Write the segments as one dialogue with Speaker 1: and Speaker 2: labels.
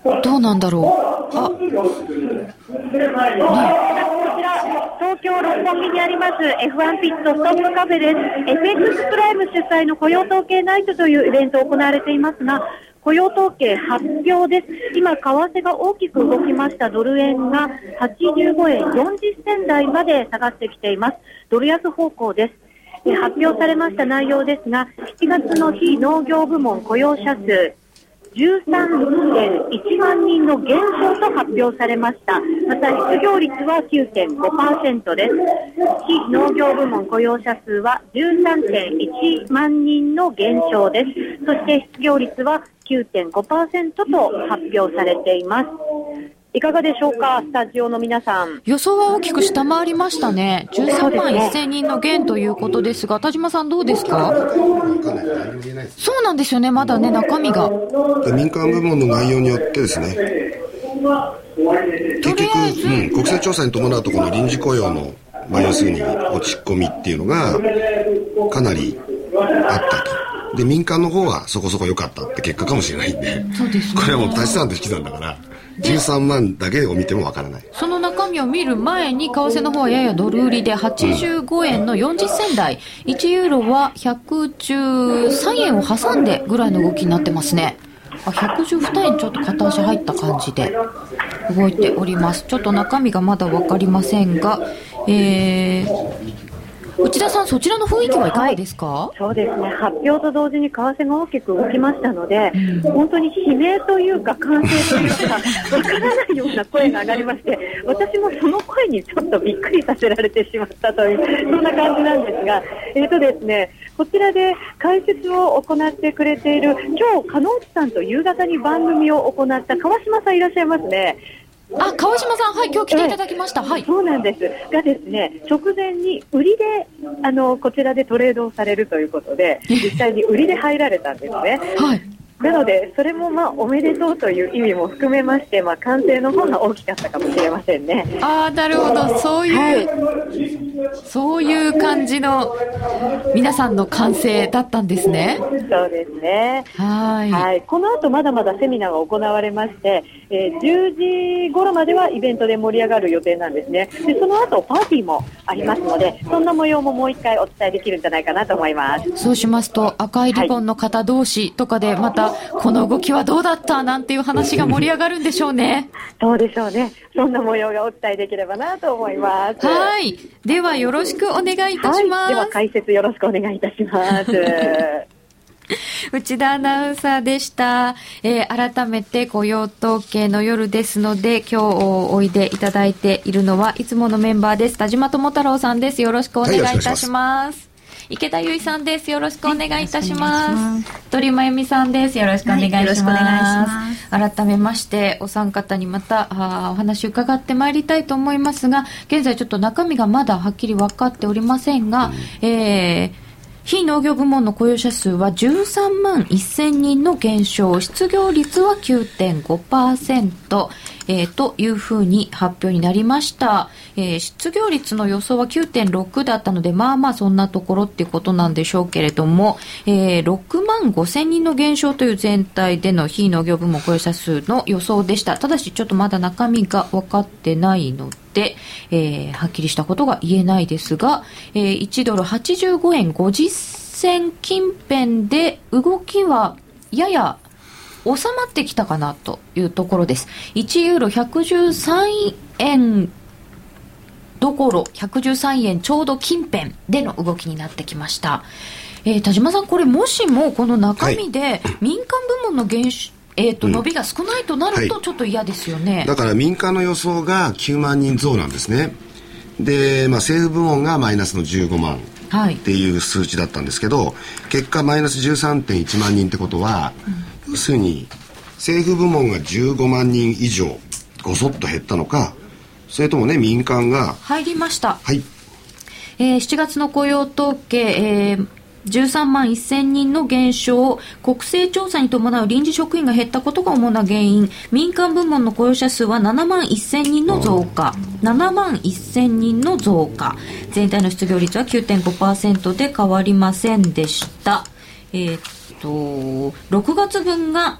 Speaker 1: どうなんだろう。
Speaker 2: こちら東京六本木にあります F1 ピットストップカフェです。 FX プライム主催の雇用統計ナイトというイベントを行われていますが、雇用統計発表です。今為替が大きく動きました。ドル円が85円40銭台まで下がってきています。ドル安方向です。発表されました内容ですが、7月の非農業部門雇用者数13.1 万人の減少と発表されました。また失業率は 9.5% です。非農業部門雇用者数は 13.1 万人の減少です。そして失業率は 9.5% と発表されています。いかがでしょうか、スタジオの皆さん。
Speaker 1: 予想は大きく下回りましたね。13万1000人の減ということですが、田島さんどうですか？そうなんですよね、まだね、中身が。
Speaker 3: 民間部門の内容によってですね、結局、国勢調査に伴うとこの臨時雇用の、要するに落ち込みっていうのがかなりあったと。で、民間の方はそこそこ良かったって結果かもしれないんで、
Speaker 1: そうですね、
Speaker 3: これはもう足し算と引き算だから13万だけを見てもわからない。
Speaker 1: その中身を見る前に為替の方はややドル売りで85円の40銭台、1ユーロは113円を挟んでぐらいの動きになってますね。112円ちょっと片足入った感じで動いております。ちょっと中身がまだ分かりませんが、内田さん、そちらの雰囲気はいかがですか？
Speaker 2: そうですね、発表と同時に為替が大きく動きましたので、本当に悲鳴というか歓声というかわからないような声が上がりまして、私もその声にちょっとびっくりさせられてしまったという、そんな感じなんですが、ですね、こちらで解説を行ってくれている今日加納内さんと夕方に番組を行った川島さんいらっしゃいますね。
Speaker 1: 川島さん、はい、今日来ていただきました。はい。
Speaker 2: そうなんですがですね、直前に売りでこちらでトレードをされるということで、実際に売りで入られたんですね。
Speaker 1: はい。
Speaker 2: なのでそれもおめでとうという意味も含めまして、歓声の方が大きかったかもしれませんね。
Speaker 1: なるほど、そういう感じの皆さんの歓声だったんですね。
Speaker 2: そうですね。
Speaker 1: はい。
Speaker 2: この後まだまだセミナーが行われまして、10時頃まではイベントで盛り上がる予定なんですね。でその後パーティーもありますので、そんな模様ももう一回お伝えできるんじゃないかなと思います。
Speaker 1: そうしますと、赤いリボンの方同士とかでまたこの動きはどうだったなんていう話が盛り上がるんでしょうね。
Speaker 2: そうでしょうね。そんな模様がお伝えできればなと思います。
Speaker 1: はい。ではよろしくお願いいたします。
Speaker 2: では解説よろしくお願いいたします。
Speaker 1: 内田アナウンサーでした。改めて雇用統計の夜ですので、今日おいでいただいているのはいつものメンバーです。田島智太郎さんです。よろしくお願いいたします。池田由衣さんです。よろしくお願いいたします。鳥真由美さんです。よろしくお願いします。改めましてお三方にまたお話を伺ってまいりたいと思いますが、現在ちょっと中身がまだはっきり分かっておりませんが、非農業部門の雇用者数は13万1000人の減少、失業率は 9.5%、というふうに発表になりました。失業率の予想は 9.6 だったので、そんなところっていうことなんでしょうけれども、6万5000人の減少という全体での非農業部門雇用者数の予想でした。ただしちょっとまだ中身が分かってないので、はっきりしたことが言えないですが、1ドル85円50銭近辺で動きはやや収まってきたかなというところです。1ユーロ113円どころ113円ちょうど近辺での動きになってきました。田島さん、これもしもこの中身で民間部門の伸びが少ないとなるとちょっと嫌ですよね。
Speaker 3: だから民間の予想が9万人増なんですね。で、政府部門がマイナスの15万っていう数値だったんですけど、結果マイナス 13.1 万人ってことは、要するに政府部門が15万人以上ごそっと減ったのか、それともね、民間が
Speaker 1: 入りました。はい。7月の雇用統計、13万1000人の減少、国勢調査に伴う臨時職員が減ったことが主な原因。民間部門の雇用者数は7万1000人の増加、7万1000人の増加、全体の失業率は 9.5% で変わりませんでした。6月分が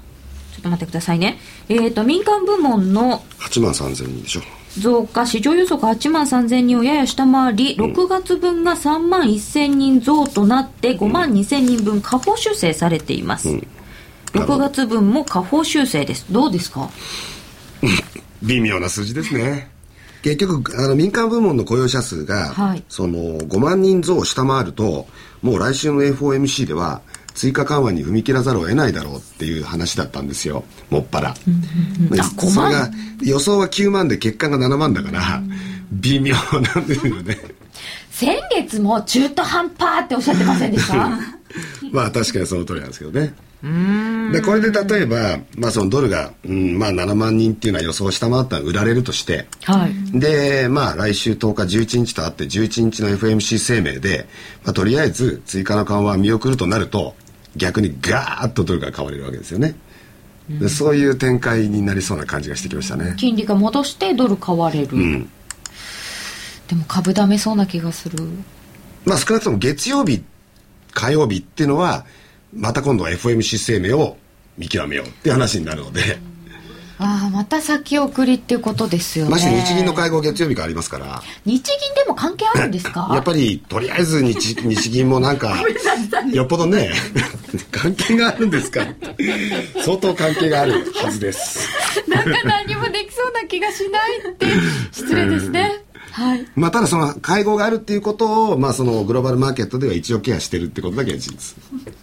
Speaker 1: ちょっと待ってくださいね。民間部門の
Speaker 3: 8万3000人でしょ。
Speaker 1: 増加、市場予測8万3000人をやや下回り、6月分が3万1000人増となって5万2000人分下方修正されています。6月分も下方修正です。どうですか？
Speaker 3: 微妙な数字ですね。結局民間部門の雇用者数が、その5万人増を下回ると、もう来週の FOMC では追加緩和に踏み切らざるを得ないだろうっていう話だったんですよ、もっぱら。それが予想は9万で結果が7万だから、微妙なんですよね。
Speaker 1: 先月も中途半端っておっしゃってませんでした
Speaker 3: まあ確かにその通りなんですけどね。でこれで例えば、そのドルが、7万人っていうのは予想を下回ったら売られるとして、で来週10日11日とあって11日の FMC 声明で、とりあえず追加の緩和は見送るとなると、逆にガーッとドルが買われるわけですよね。でそういう展開になりそうな感じがしてきましたね。
Speaker 1: 金利が戻してドル買われる、でも株ダメそうな気がする。
Speaker 3: 少なくとも月曜日火曜日っていうのはまた今度は FOMC 声明を見極めようっていう話になるので、
Speaker 1: また先送りっていうことですよね。
Speaker 3: 日銀の会合月曜日からありますから。
Speaker 1: 日銀でも関係あるんですか？
Speaker 3: やっぱりとりあえず日銀もなんかよっぽどね関係があるんですか相当関係があるはずです。
Speaker 1: なんか何もできそうな気がしないって失礼ですね。
Speaker 3: ただその会合があるっていうことを、そのグローバルマーケットでは一応ケアしてるってことだけは事実。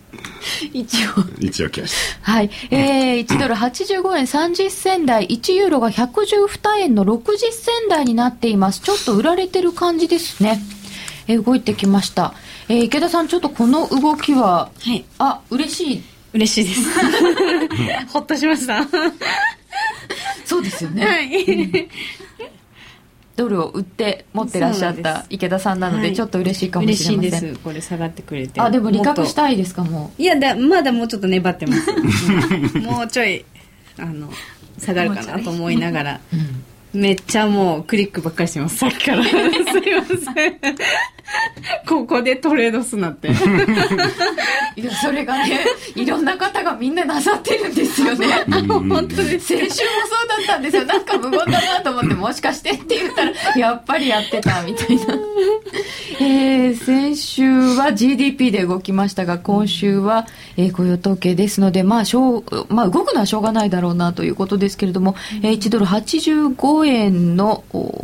Speaker 3: 一応ケアしてる。
Speaker 1: 1ドル85円30銭台、1ユーロが112円の60銭台になっています。ちょっと売られてる感じですね。動いてきました。池田さん、ちょっとこの動きは、嬉しい
Speaker 4: ですほっとしました
Speaker 1: そうですよね、ドルを売って持ってらっしゃった池田さんなので、ちょっと嬉しいかもしれません。
Speaker 4: 嬉しいです。これ下がってくれて。
Speaker 1: でも利確したいですか？もう
Speaker 4: いやまだもうちょっと粘ってますもうちょい下がるかなと思いながら、めっちゃもうクリックばっかりしてます、さっきからすいませんここでトレードすなって
Speaker 1: いや、それがね、いろんな方がみんななさってるんですよね
Speaker 4: 本当です。
Speaker 1: 先週もそうだったんですよ。なんか無言だなと思ってもしかしてって言ったらやっぱりやってたみたいな先週は GDP で動きましたが、今週は、雇用統計ですので、動くのはしょうがないだろうなということですけれども、1ドル85円の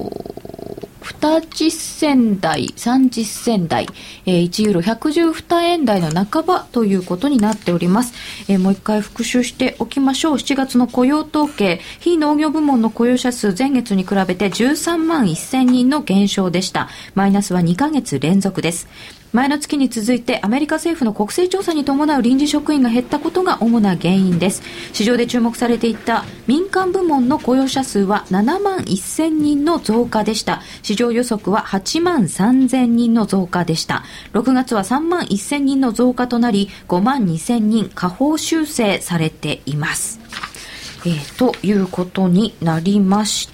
Speaker 1: 20銭台、30銭台、1ユーロ112円台の半ばということになっております。もう一回復習しておきましょう。7月の雇用統計、非農業部門の雇用者数、前月に比べて13万1000人の減少でした。マイナスは2ヶ月連続です。前の月に続いてアメリカ政府の国勢調査に伴う臨時職員が減ったことが主な原因です。市場で注目されていた民間部門の雇用者数は7万1000人の増加でした。市場予測は8万3000人の増加でした。6月は3万1000人の増加となり、5万2000人下方修正されています。ということになりました。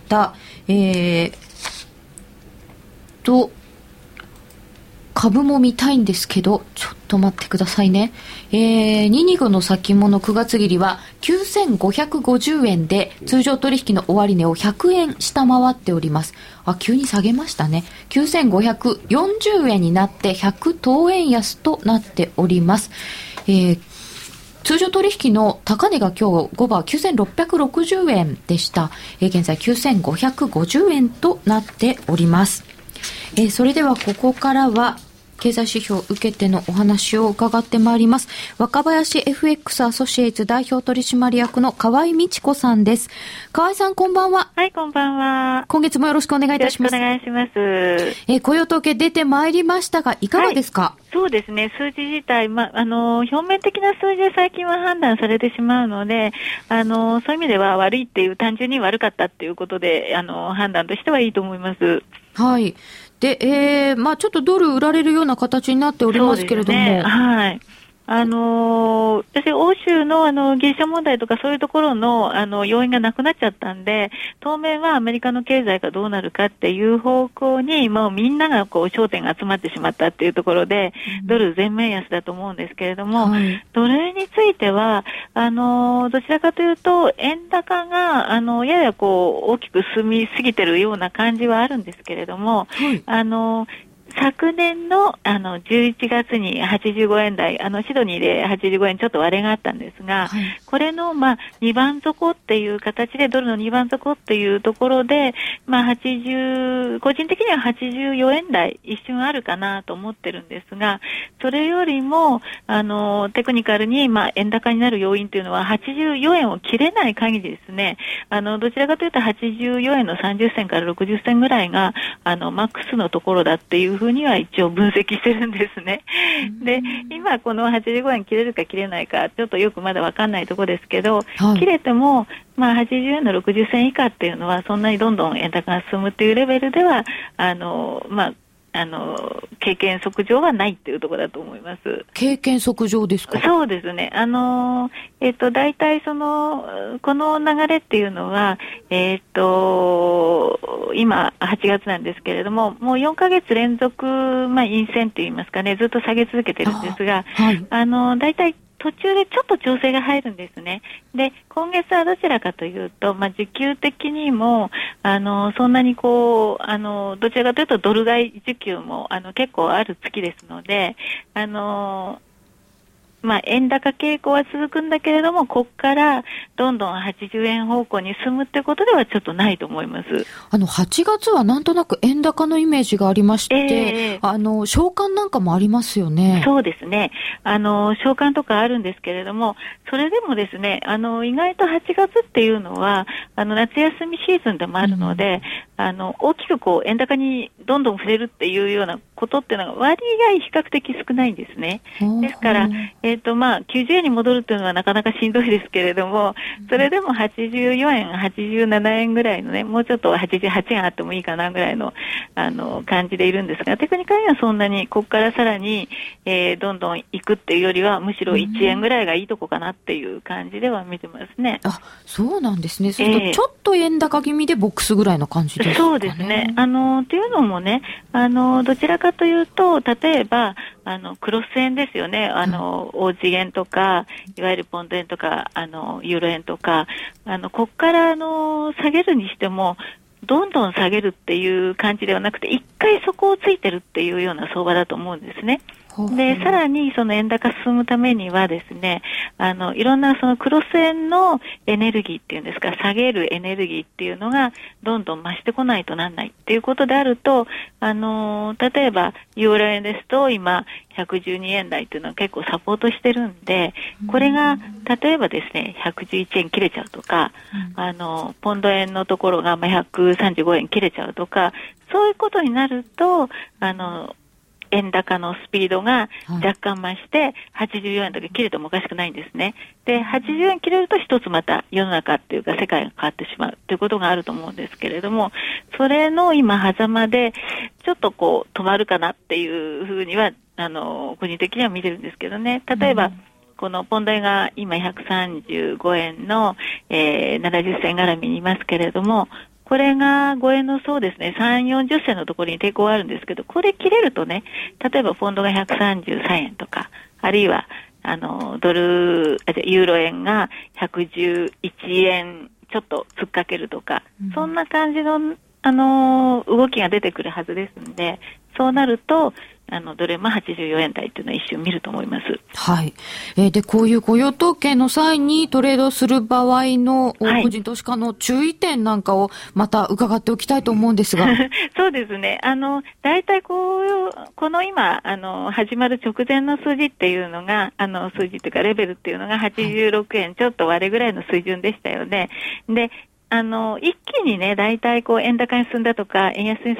Speaker 1: 株も見たいんですけど、ちょっと待ってくださいね。225の先物9月切りは9550円で、通常取引の終値を100円下回っております。急に下げましたね。9540円になって100等円安となっております。通常取引の高値が今日5番9660円でした。現在9550円となっております。それではここからは経済指標を受けてのお話を伺ってまいります。若林 FX アソシエイツ代表取締役の河合美智子さんです。河合さん、こんばんは。
Speaker 2: はい、こんばんは。
Speaker 1: 今月もよろしくお願いいたします。
Speaker 2: よろしくお願いします。
Speaker 1: 雇用統計出てまいりましたが、いかがですか？
Speaker 2: そうですね、数字自体、表面的な数字で最近は判断されてしまうので、そういう意味では悪いっていう、単純に悪かったっていうことで、判断としてはいいと思います。
Speaker 1: はい。で、ちょっとドル売られるような形になっておりますけれども。
Speaker 2: はい。
Speaker 5: 私、欧州のギリシャ問題とかそういうところの要因がなくなっちゃったんで、当面はアメリカの経済がどうなるかっていう方向に、もうみんなが焦点が集まってしまったっていうところで、ドル全面安だと思うんですけれども、ドルについては、どちらかというと、円高が、やや大きく進みすぎてるような感じはあるんですけれども、昨年の11月に85円台、シドニーで85円ちょっと割れがあったんですが、これの2番底っていう形で、ドルの2番底っていうところで、個人的には84円台一瞬あるかなと思ってるんですが、それよりもテクニカルに円高になる要因というのは84円を切れない限りですね、どちらかというと84円の30銭から60銭ぐらいがマックスのところだっていうふうには一応分析してるんですね。で、今この85円切れるか切れないかちょっとよくまだわかんないところですけど、切れても80円の60銭以下っていうのはそんなにどんどん円高が進むっていうレベルでは経験則上はないっていうところだと思います。
Speaker 1: 経験則上ですか？
Speaker 5: そうですね。大体この流れっていうのは、今8月なんですけれども、もう4ヶ月連続、陰線って言いますかね、ずっと下げ続けてるんですが、大体途中でちょっと調整が入るんですね。で、今月はどちらかというと、時給的にも、そんなにどちらかというとドル買い需給も、結構ある月ですので、円高傾向は続くんだけれども、ここからどんどん80円方向に進むってことではちょっとないと思います。
Speaker 1: 8月はなんとなく円高のイメージがありまして、償還なんかもありますよね。
Speaker 5: そうですね。償還とかあるんですけれども、それでもですね、意外と8月っていうのは、夏休みシーズンでもあるので、大きく円高にどんどん触れるっていうようなことっていうのが割合比較的少ないんですね。ですから、90円に戻るっていうのはなかなかしんどいですけれども、それでも84円、87円ぐらいのね、もうちょっと88円あってもいいかなぐらいの、感じでいるんですが、テクニカルにはそんなに、ここからさらに、どんどん行くっていうよりは、むしろ1円ぐらいがいいとこかなっていう感じでは見てますね。
Speaker 1: そうなんですね。そうすると、ちょっと円高気味でボックスぐらいの感じですかね。
Speaker 5: そうですね。っていうのもね、どちらかというと、例えば、クロス円ですよね。オージ円とか、いわゆるポンド円とか、ユーロ円とか、こっから下げるにしても、どんどん下げるっていう感じではなくて、一回そこをついてるっていうような相場だと思うんですね。で、さらにその円高進むためにはですね、いろんなそのクロス円のエネルギーっていうんですか、下げるエネルギーっていうのがどんどん増してこないとなんないっていうことであると、例えばユーロ円ですと今112円台っていうのは結構サポートしてるんで、これが例えばですね、111円切れちゃうとか、ポンド円のところが135円切れちゃうとか、そういうことになると、円高のスピードが若干増して、84円とか切れてもおかしくないんですね。で、80円切れると一つまた世の中っていうか世界が変わってしまうということがあると思うんですけれども、それの今狭間で、ちょっと止まるかなっていうふうには、個人的には見てるんですけどね。例えば、このポンド円が今135円の、70銭絡みにいますけれども、これが5円のそうですね、3、40銭のところに抵抗があるんですけど、これ切れるとね、例えばポンドが133円とか、あるいは、ユーロ円が111円ちょっと突っかけるとか、そんな感じの、動きが出てくるはずですんで、そうなると、どれも84円台っていうのは一瞬見ると思います。
Speaker 1: はい。で、こういう雇用統計の際にトレードする場合の個人投資家の注意点なんかをまた伺っておきたいと思うんですが。
Speaker 5: そうですね。大体この今、始まる直前の数字っていうのが、数字というかレベルっていうのが86円ちょっと割れぐらいの水準でしたよね。で、一気にね、大体円高に進んだとか、円安に進んだ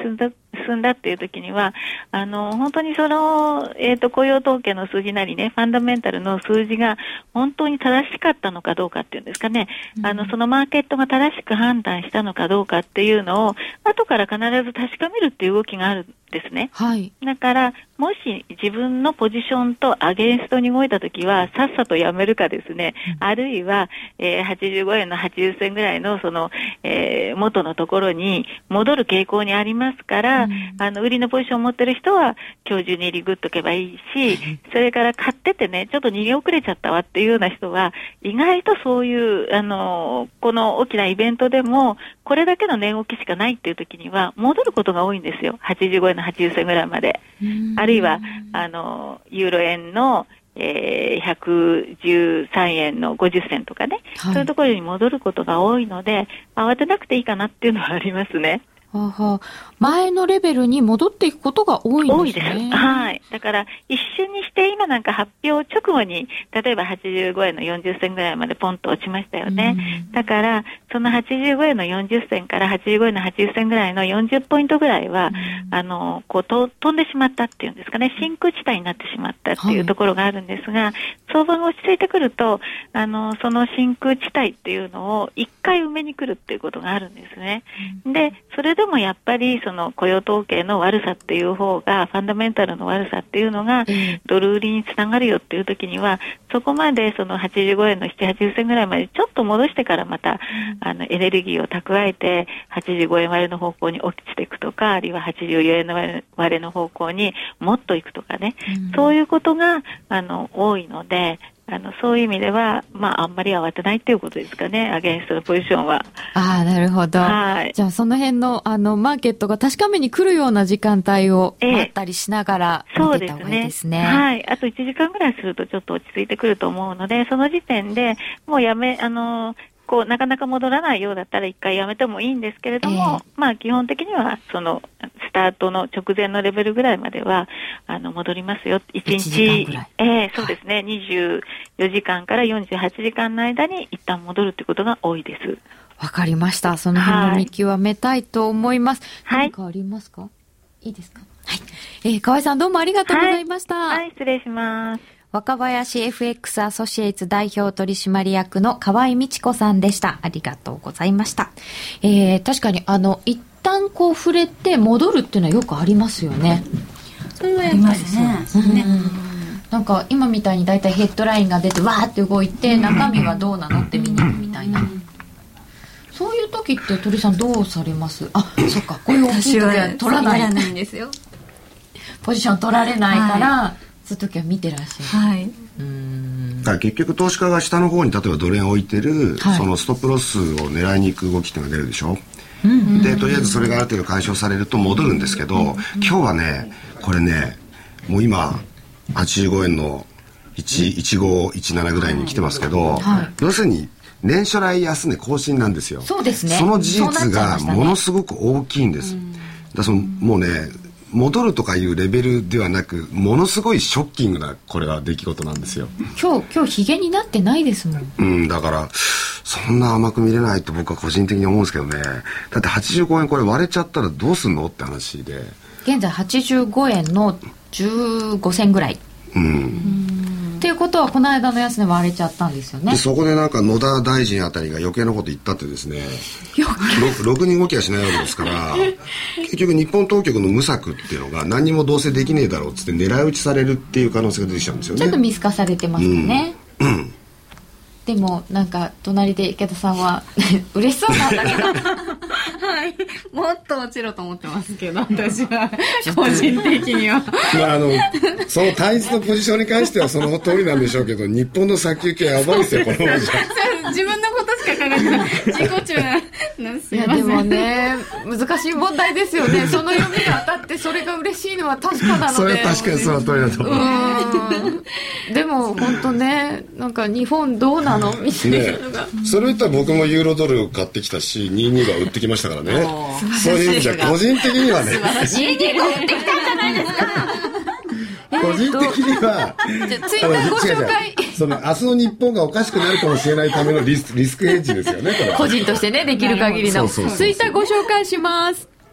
Speaker 5: 進んだっていう時には、本当にその、雇用統計の数字なりね、ファンダメンタルの数字が本当に正しかったのかどうかっていうんですかね、そのマーケットが正しく判断したのかどうかっていうのを、後から必ず確かめるっていう動きがあるんですね。
Speaker 1: はい。
Speaker 5: だから、もし自分のポジションとアゲンストに動いたときは、さっさとやめるかですね、あるいは、85円の80銭ぐらいのその、元のところに戻る傾向にありますから、売りのポジションを持ってる人は今日中にリグっとけばいいし、それから買っててね、ちょっと逃げ遅れちゃったわっていうような人は、意外とそういう、この大きなイベントでも、これだけの値動きしかないっていう時には、戻ることが多いんですよ。85円の80銭ぐらいまで。あるいは、ユーロ円の、113円の50銭とかね、はい、そういうところに戻ることが多いので、慌てなくていいかなっていうのはありますね。
Speaker 1: 前のレベルに戻っていくことが多いんですね。多いです。
Speaker 5: はい。だから、一瞬にして今なんか発表直後に、例えば85円の40銭ぐらいまでポンと落ちましたよね。だから、その85円の40銭から85円の80銭ぐらいの40ポイントぐらいは、飛んでしまったっていうんですかね、真空地帯になってしまったっていうところがあるんですが、相場が落ち着いてくると、その真空地帯っていうのを一回埋めに来るっていうことがあるんですね。で、それでもやっぱりその雇用統計の悪さっていう方が、ファンダメンタルの悪さっていうのが、ドル売りにつながるよっていう時には、そこまでその85円の7、80銭ぐらいまでちょっと戻してからまた、エネルギーを蓄えて、85円割れの方向に落ちていくとか、あるいは84円の割れの方向にもっといくとかね、そういうことが、多いので、そういう意味では、あんまり慌てないっていうことですかね、アゲンストのポジションは。
Speaker 1: なるほど。はい。じゃあ、その辺の、マーケットが確かめに来るような時間帯を待ったりしながら見てた方がいいですね。
Speaker 5: はい。あと1時間ぐらいするとちょっと落ち着いてくると思うので、その時点でもうなかなか戻らないようだったら一回やめてもいいんですけれども、基本的にはスタートの直前のレベルぐらいまでは戻りますよ。1日そうですね、24時間から48時間の間に一旦戻るということが多いです。
Speaker 1: わかりました。その辺の見極めたいと思います。何かありますか？いいですか？はい。河合さんどうもありがとうございました。
Speaker 5: はい、失礼します。
Speaker 1: 若林 FX アソシエイツ代表取締役の河合美智子さんでした。ありがとうございました。確かに一旦触れて戻るっていうのはよくありますよね。
Speaker 4: それはやりますね。
Speaker 1: なんか今みたいにだいたいヘッドラインが出てわーって動いて、中身はどうなのって見に行くみたいな。そういう時って鳥さんどうされます？そっか、こういう大きい時は取らない
Speaker 4: んですよ。
Speaker 1: ポジション取られないから、そういう時は見てらっしゃる。はい。
Speaker 3: だから結局投資家が下の方に例えばドル円を置いてる、そのストップロスを狙いに行く動きっていうのが出るでしょ。でとりあえずそれがある程度解消されると戻るんですけど、今日はねこれねもう今85円の1517ぐらいに来てますけど、要するに年初来安値更新なんですよ。
Speaker 1: そうですね。
Speaker 3: その事実がものすごく大きいんです。だからもうね戻るとかいうレベルではなく、ものすごいショッキングなこれは出来事なんですよ。
Speaker 1: 今日ヒゲになってないですもん。
Speaker 3: だからそんな甘く見れないと僕は個人的に思うんですけどね。だって85円これ割れちゃったらどうすんのって話で、
Speaker 1: 現在85円の15銭ぐらい。っていうことはこの間の安値割れちゃったんですよね。
Speaker 3: でそこでなんか野田大臣あたりが余計なこと言ったってですね、ろくに動きはしないわけですから結局日本当局の無策っていうのが何にもどうせできねえだろうっつって狙い撃ちされるっていう可能性が出てきちゃうんですよね。
Speaker 1: ちょっと見透かされてますかね。でもなんか隣で池田さんは嬉しそうなんだけど
Speaker 4: はい、もっと落ちろと思ってますけど、私は個人的には
Speaker 3: その単一のポジションに関してはその通りなんでしょうけど、日本の先行きはやばいですよこのままじゃ
Speaker 4: 自分のことしか考えてない自己中なんです。
Speaker 1: いやでもね難しい問題ですよね。その読みが当たってそれが嬉しいのは確かなので、
Speaker 3: それは確かにその通りだと思う。
Speaker 1: でも本当ね、なんか日本どうなのみたいなのが、
Speaker 3: それ言ったら僕もユーロドル買ってきたし22は売ってきましたからね。そういう意味じゃ個人的にはね
Speaker 1: 22は売ってきたんじゃないですか
Speaker 3: 個人的には
Speaker 1: ツイッターご紹介
Speaker 3: その明日の日本がおかしくなるかもしれないためのリスクヘッジですよねこれ
Speaker 1: 個人としてねできる限りのツイッターご紹介します。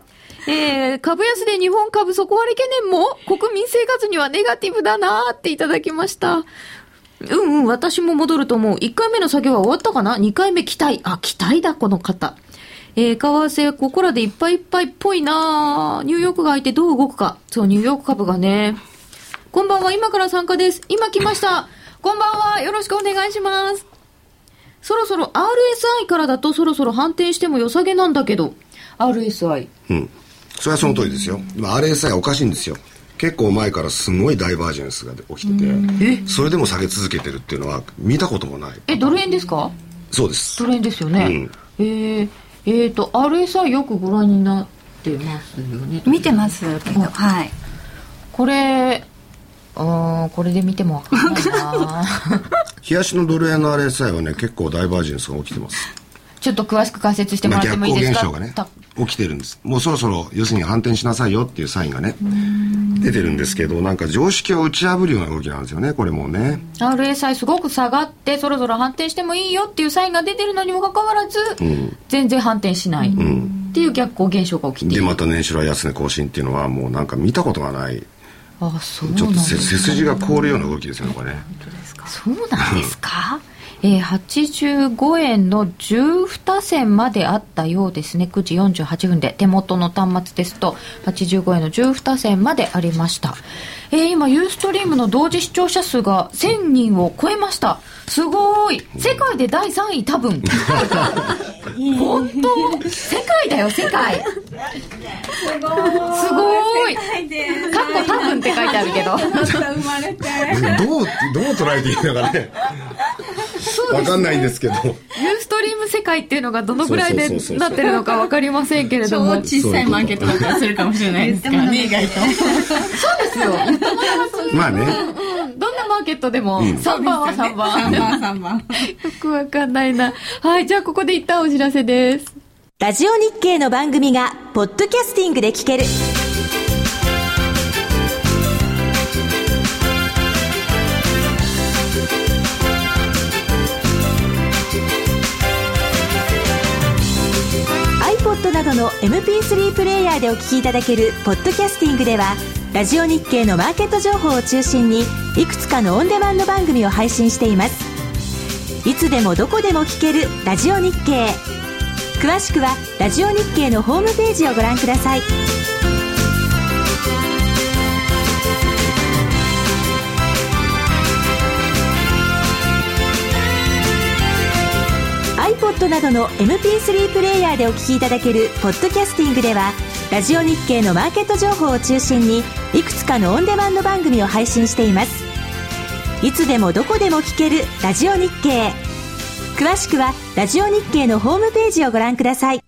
Speaker 1: 株安で日本株底割れ懸念も国民生活にはネガティブだなーっていただきました。私も戻ると思う。1回目の作業は終わったかな？ 2 回目期待。期待だ、この方。為替、ここらでいっぱいいっぱいっぽいな。ニューヨークが開いてどう動くか。そう、ニューヨーク株がね。こんばんは、今から参加です。今来ました。こんばんは、よろしくお願いします。そろそろ RSI からだとそろそろ反転しても良さげなんだけど。RSI。
Speaker 3: それはその通りですよ。今 RSI おかしいんですよ。結構前からすごいダイバージェンスが起きてて、それでも下げ続けてるっていうのは見たこともない。
Speaker 1: ドル円ですか？
Speaker 3: そうです。
Speaker 1: ドル円ですよね。RSI よくご覧になってますよね。
Speaker 6: 見てますけど、はい。
Speaker 1: これで見ても分かんないな。
Speaker 3: 冷やしのドル円の RSI はね、結構ダイバージェンスが起きてます。
Speaker 1: ちょっと詳しく解説してもらってもいいですか？
Speaker 3: 逆行現象がね、起きてるんです。もうそろそろ要するに反転しなさいよっていうサインがね出てるんですけど、なんか常識を打ち破るような動きなんですよね、これもね。
Speaker 1: RSI すごく下がってそろそろ反転してもいいよっていうサインが出てるのにもかかわらず、全然反転しないっていう逆行現象が起きている。
Speaker 3: でまた年初来安値更新っていうのはもうなんか見たことがない。
Speaker 1: そうなん
Speaker 3: ちょっと背筋が凍るような動きですよね、これね。
Speaker 1: そうなんですか？85円の12銭まであったようですね。9時48分で手元の端末ですと85円の12銭までありました。今ユーストリームの同時視聴者数が1000人を超えました。すごい。世界で第3位多分。本当？世界だよ、世界。すごい。かっこ多分って書いてあるけど。
Speaker 3: どう捉えていいのかね。わかんないんですけど。
Speaker 1: ユーストリーム世界っていうのがどのぐらいでなってるのかわかりませんけれども。
Speaker 4: 超小さいマーケットだったらするかもしれないですからね、意外と。
Speaker 1: そうですよ。
Speaker 3: まあね。
Speaker 1: どんなマーケットでも3番は3番。
Speaker 4: 3番。
Speaker 1: よくわかんないな。はい、じゃあここで一旦お知らせです。
Speaker 7: ラジオ日経の番組がポッドキャスティングで聞ける。iPod などの MP3 プレイヤーでお聞きいただけるポッドキャスティングでは、ラジオ日経のマーケット情報を中心にいくつかのオンデマンド番組を配信しています。いつでもどこでも聞けるラジオ日経。詳しくはラジオ日経のホームページをご覧ください。iPod などの MP3 プレイヤーでお聞きいただけるポッドキャスティングでは、ラジオ日経のマーケット情報を中心にいくつかのオンデマンド番組を配信しています。いつでもどこでも聞けるラジオ日経。詳しくはラジオ日経のホームページをご覧ください。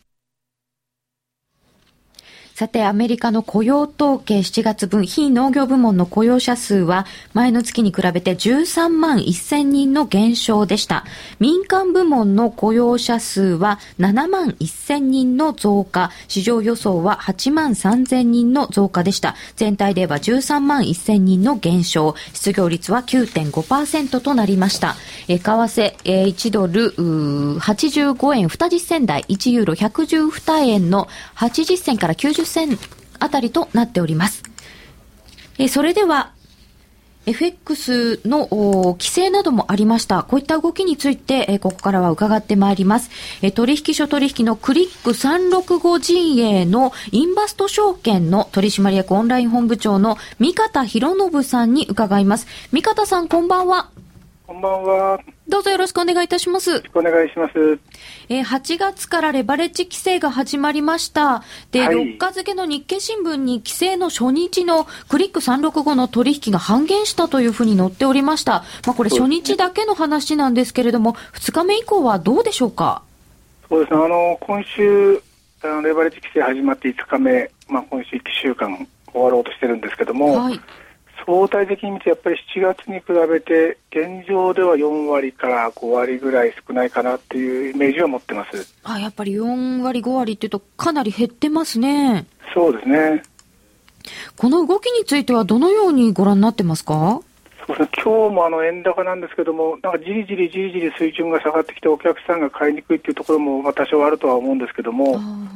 Speaker 1: さて、アメリカの雇用統計7月分、非農業部門の雇用者数は前の月に比べて13万1000人の減少でした。民間部門の雇用者数は7万1000人の増加、市場予想は8万3000人の増加でした。全体では13万1000人の減少、失業率は 9.5% となりました。為替、1ドル85円20銭台、1ユーロ112円の80銭から90銭あたりとなっております。それでは FX の規制などもありました。こういった動きについてここからは伺ってまいります。取引所取引のクリック365陣営のインバスト証券の取締役オンライン本部長の三方博信さんに伺います。三方さん、こんばんは。
Speaker 8: こんばんは。
Speaker 1: どうぞよろしくお願いいたします。
Speaker 8: よろしくお願いします。
Speaker 1: 8月からレバレッジ規制が始まりました。で、
Speaker 8: はい、
Speaker 1: 4日付の日経新聞に規制の初日のクリック365の取引が半減したというふうに載っておりました。これ初日だけの話なんですけれども、2日目以降はどうでしょうか？
Speaker 8: そうですね。今週レバレッジ規制始まって5日目、今週1週間終わろうとしてるんですけども、はい、相対的に見てやっぱり7月に比べて現状では4割から5割ぐらい少ないかなっていうイメージは持ってます。
Speaker 1: やっぱり4割5割っていうとかなり減ってますね。
Speaker 8: そうですね。
Speaker 1: この動きについてはどのようにご覧になってますか？
Speaker 8: そうですね、今日も円高なんですけども、なんかじりじり水準が下がってきてお客さんが買いにくいっていうところも多少あるとは思うんですけども、やっ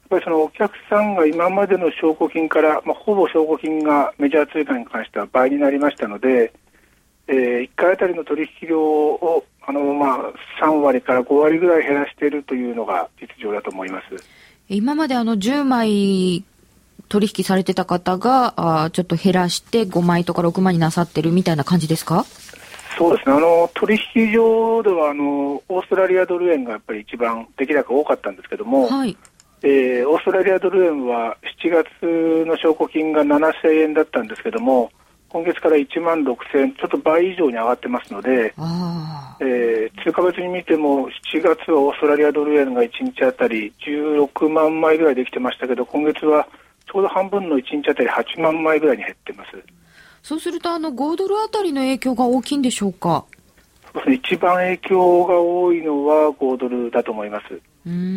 Speaker 8: ぱりそのお客さんが今までの証拠金から、ほぼ証拠金がメジャー通貨に関しては倍になりましたので、1回あたりの取引量を3割から5割ぐらい減らしているというのが実情だと思います。
Speaker 1: 今まで10枚取引されてた方がちょっと減らして5枚とか6枚になさってるみたいな感じですか？
Speaker 8: そうですね。取引上ではオーストラリアドル円がやっぱり一番出来高多かったんですけども、はい、オーストラリアドル円は7月の証拠金が7000円だったんですけども、今月から1万6000円、ちょっと倍以上に上がってますので、通貨別に見ても7月はオーストラリアドル円が1日あたり16万枚ぐらいできてましたけど、今月はちょうど半分の1日あたり8万枚ぐらいに減ってます。
Speaker 1: そうすると5ドルあたりの影響が大きいんでしょうか？
Speaker 8: そうですね、一番影響が多いのは5ドルだと思います。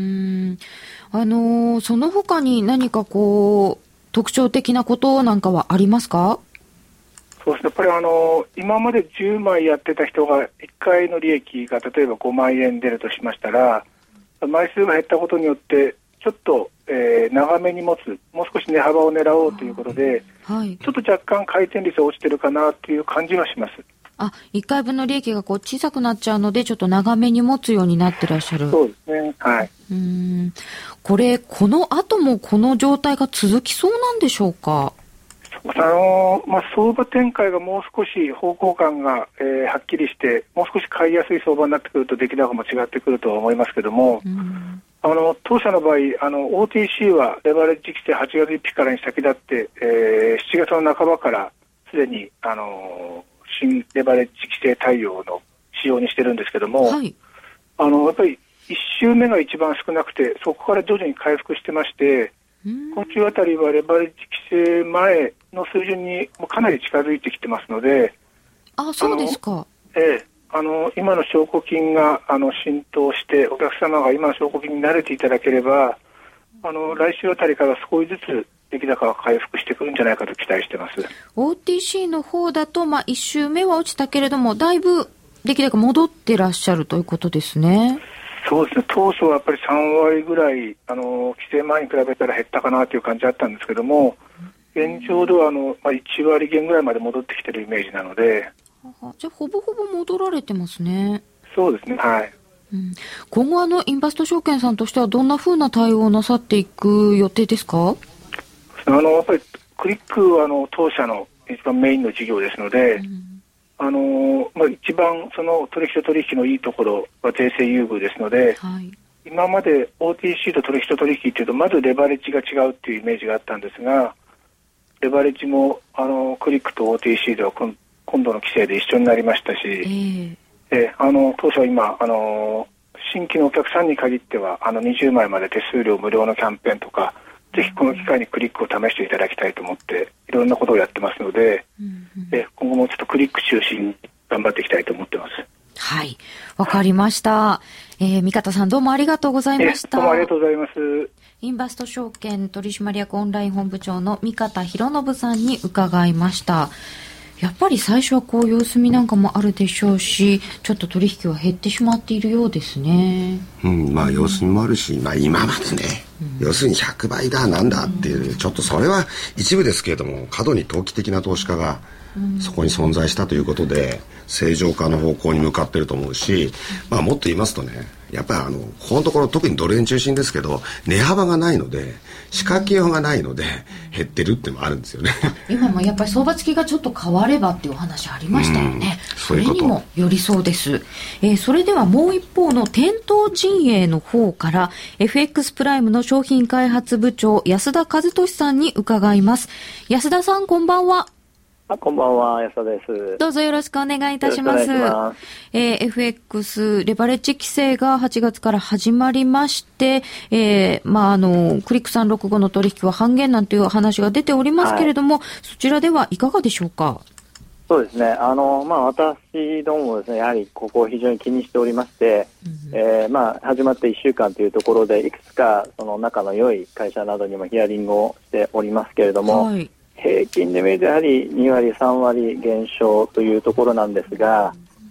Speaker 1: その他に何か特徴的なことなんかはありますか？
Speaker 8: そうですね、やっぱり今まで10枚やってた人が1回の利益が例えば5万円出るとしましたら、枚数が減ったことによってちょっと、長めに持つ、もう少し値幅を狙おうということで、はい、ちょっと若干回転率が落ちてるかなという感じはします。
Speaker 1: 1回分の利益が小さくなっちゃうのでちょっと長めに持つようになってらっしゃる。
Speaker 8: そうですね、はい。
Speaker 1: この後もこの状態が続きそうなんでしょうか？
Speaker 8: 相場展開がもう少し方向感が、はっきりしてもう少し買いやすい相場になってくると出来高も違ってくるとは思いますけども、当社の場合OTC はレバレッジ規制8月1日からに先立って、7月の半ばからすでに新レバレッジ規制対応の仕様にしてるんですけども、はい、やっぱり1週目が一番少なくてそこから徐々に回復してまして、今週あたりはレバレッジ規制前の水準にもかなり近づいてきてますので。
Speaker 1: そうですか。
Speaker 8: 今の証拠金が浸透してお客様が今の証拠金に慣れていただければ来週あたりから少しずつ出来高が回復してくるんじゃないかと期待してます。
Speaker 1: OTC の方だと、1週目は落ちたけれどもだいぶ出来高戻ってらっしゃるということですね。
Speaker 8: そうですね、当初はやっぱり3割ぐらい規制前に比べたら減ったかなという感じだったんですけども、現状では1割減ぐらいまで戻ってきているイメージなので。
Speaker 1: じゃあほぼほぼ戻られてますね。
Speaker 8: そうですね、はい。
Speaker 1: 今後インバスト証券さんとしてはどんなふうな対応をなさっていく予定ですか？
Speaker 8: やっぱりクリックは当社の一番メインの事業ですので、一番その取引と取引のいいところは税制優遇ですので、はい、今まで OTC と取引と取引というとまずレバレッジが違うっていうイメージがあったんですが、レバレッジもクリックと OTC では今度の規制で一緒になりましたし、当社は今新規のお客さんに限っては20枚まで手数料無料のキャンペーンとか、ぜひこの機会にクリックを試していただきたいと思っていろんなことをやってますので、今後もちょっとクリック中心に頑張っていきたいと思ってます。
Speaker 1: はい、わかりました。三方さんどうもありがとうございました。
Speaker 8: どうもありがとうございます。
Speaker 1: インバスト証券取締役オンライン本部長の三方博信さんに伺いました。やっぱり最初は様子見なんかもあるでしょうし、ちょっと取引は減ってしまっているようですね。
Speaker 3: 様子見もあるし、今までね、要するに100倍だなんだっていう、ちょっとそれは一部ですけれども、過度に投機的な投資家がそこに存在したということで、正常化の方向に向かってると思うし、もっと言いますとね、やっぱりここのところ特にドル円中心ですけど、値幅がないので仕掛けようがないので減ってるっていうのもあるんですよね。
Speaker 1: 今もやっぱり相場付きがちょっと変わればっていうお話ありましたよね。それにもよりそうです。それではもう一方の店頭陣営の方から FX プライムの商品開発部長安田和俊さんに伺います。安田さん、こんばんは。
Speaker 9: こんばんは、安田です。
Speaker 1: どうぞよろしくお願いいたします。FX レバレッジ規制が8月から始まりまして、クリック365の取引は半減なんていう話が出ておりますけれども、そちらではいかがでしょうか？
Speaker 9: そうですね。私どももですね、やはりここを非常に気にしておりまして、始まって1週間というところで、いくつかその仲の良い会社などにもヒアリングをしておりますけれども、平均で見るとやはり2割3割減少というところなんですが、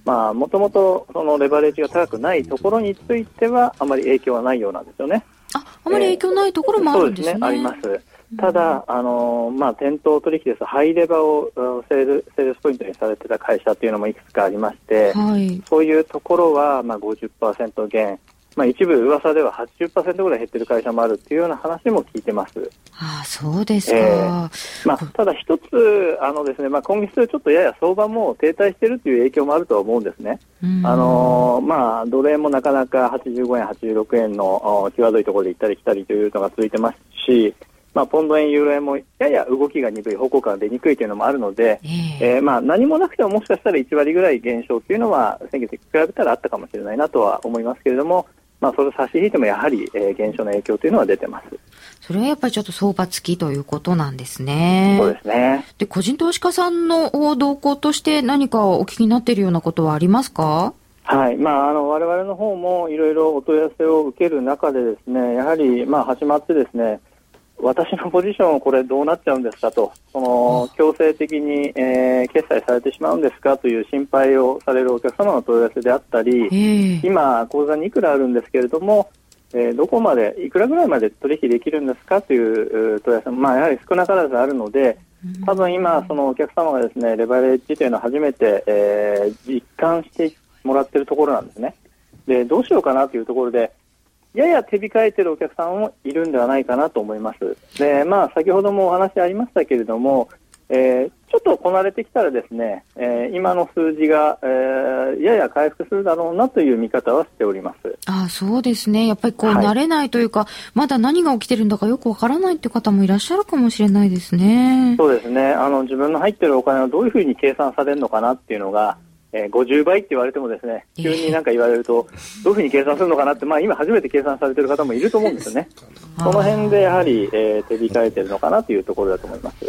Speaker 9: もともとそのレバレッジが高くないところについてはあまり影響はないようなんですよね。
Speaker 1: あまり影響ないところもあるんですね。
Speaker 9: そうですね、あります。ただ、店頭取引ですとハイレバをセールスポイントにされてた会社というのもいくつかありまして、はい、そういうところは50% 減、一部噂では 80% ぐらい減ってる会社もあるっていうような話も聞いてます。
Speaker 1: ああ、そうですか。
Speaker 9: ただ一つですね、今月ちょっとやや相場も停滞しているという影響もあるとは思うんですね。ドル円もなかなか85円、86円の際どいところで行ったり来たりというのが続いてますし、ポンド円、ユーロ円もやや動きが鈍い、方向感が出にくいというのもあるので、何もなくてももしかしたら1割ぐらい減少というのは先月に比べたらあったかもしれないなとは思いますけれども、それを差し引いてもやはり、減少の影響というのは出てます。
Speaker 1: それはやっぱりちょっと相場付きということなんですね。
Speaker 9: そうですね。
Speaker 1: で、個人投資家さんの動向として何かお聞きになっているようなことはありますか？
Speaker 9: はい、我々の方もいろいろお問い合わせを受ける中でですね、やはり始まってですね、私のポジションこれどうなっちゃうんですかと、強制的に、決済されてしまうんですかという心配をされるお客様の問い合わせであったり、今口座にいくらあるんですけれども、どこまでいくらぐらいまで取引できるんですかという問い合わせも、やはり少なからずあるので、多分今そのお客様がですねレバレッジというのを初めて、実感してもらっているところなんですね。で、どうしようかなというところでやや手控えているお客さんもいるんではないかなと思います。で、先ほどもお話ありましたけれども、ちょっとこなれてきたらですね、今の数字が、やや回復するだろうなという見方はしております。
Speaker 1: ああ、そうですね。やっぱり慣れないというか、まだ何が起きてるんだかよくわからないという方もいらっしゃるかもしれないですね。
Speaker 9: そうですね。自分の入っているお金はどういうふうに計算されるのかなっていうのが、50倍って言われてもですね、急になんか言われるとどういうふうに計算するのかなって、今初めて計算されている方もいると思うんですよね。その辺でやはり、手控えているのかなというところだと思います。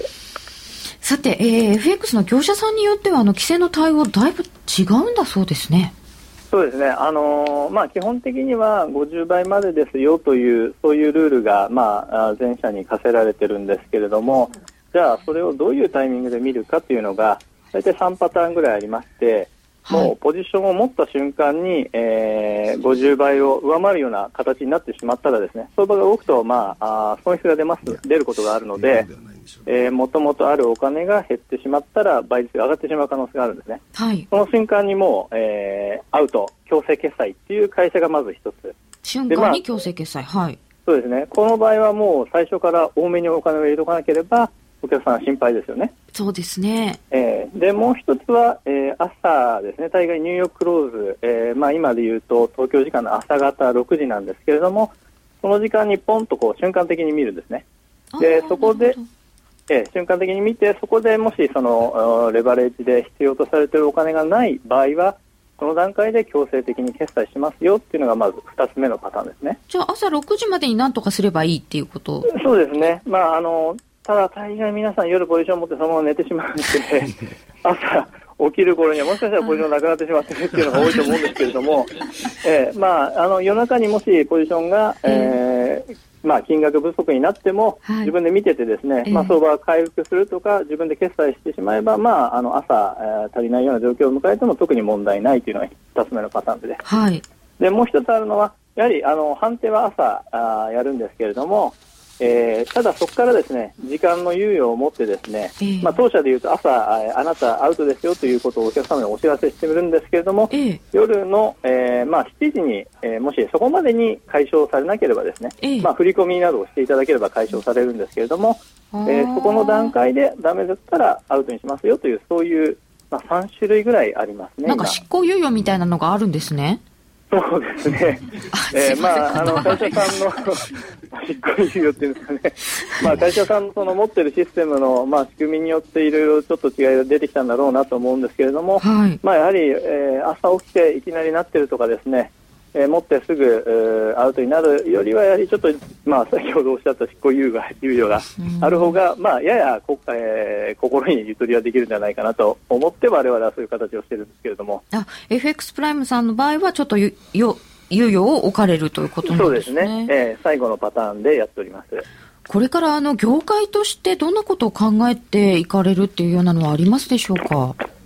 Speaker 1: さて、FX の業者さんによっては規制の対応だいぶ違うんだそうですね。
Speaker 9: そうですね。基本的には50倍までですよというそういうルールが全社に課せられてるんですけれども、じゃあそれをどういうタイミングで見るかというのが大体3パターンぐらいありまして、もうポジションを持った瞬間に、50倍を上回るような形になってしまったらですね、相場が動くと損失が出ることがあるので、もともとあるお金が減ってしまったら倍率が上がってしまう可能性があるんですね。その瞬間にもう、アウト強制決済っていう会社がまず一つ。
Speaker 1: 瞬間に強制決済、
Speaker 9: そうですね。この場合はもう最初から多めにお金を入れておかなければお客さん心配ですよね。
Speaker 1: そうですね。
Speaker 9: でもう一つは、朝ですね。大概ニューヨーククローズ、今で言うと東京時間の朝方6時なんですけれども、その時間にポンと瞬間的に見るんですね。で、そこで瞬間的に見て、そこでもしそのレバレッジで必要とされているお金がない場合は、その段階で強制的に決済しますよっていうのがまず2つ目のパターンですね。
Speaker 1: じゃあ朝6時までに何とかすればいいっていうこと？
Speaker 9: そうですね。ただ大概皆さん夜ポジションを持ってそのまま寝てしまうので朝起きる頃にはもしかしたらポジションなくなってしまっているっていうのが多いと思うんですけれども、夜中にもしポジションが、金額不足になっても、自分で見ててですね、相場が回復するとか自分で決済してしまえば、朝、足りないような状況を迎えても特に問題ないというのが2つ目のパターンで、でもう一つあるのはやはり判定は朝やるんですけれども、ただそこからですね時間の猶予を持ってですね、当社でいうと朝あなたアウトですよということをお客様にお知らせしてみるんですけれども、夜の、7時に、もしそこまでに解消されなければですね、振り込みなどをしていただければ解消されるんですけれども、そこの段階でダメだったらアウトにしますよというそういう、3種類ぐらいありますね。
Speaker 1: なんか執行猶予みたいなのがあるんですね。
Speaker 9: そうですね。会社さんの執行猶予っていうんですかね。会社さんのその持ってるシステムの仕組みによっていろいろちょっと違いが出てきたんだろうなと思うんですけれども、やはり、朝起きていきなりなってるとかですね、持ってすぐアウトになるよりはやはりちょっと先ほどおっしゃった執行猶予がある方がやや心にゆとりはできるんじゃないかなと思って我々はそういう形をしているんですけれども、
Speaker 1: FX プライムさんの場合はちょっと猶予を置かれるということなんですね。
Speaker 9: そうですね。最後のパターンでやっております。
Speaker 1: これから業界としてどんなことを考えていかれるっていうようなのはありますでしょうか？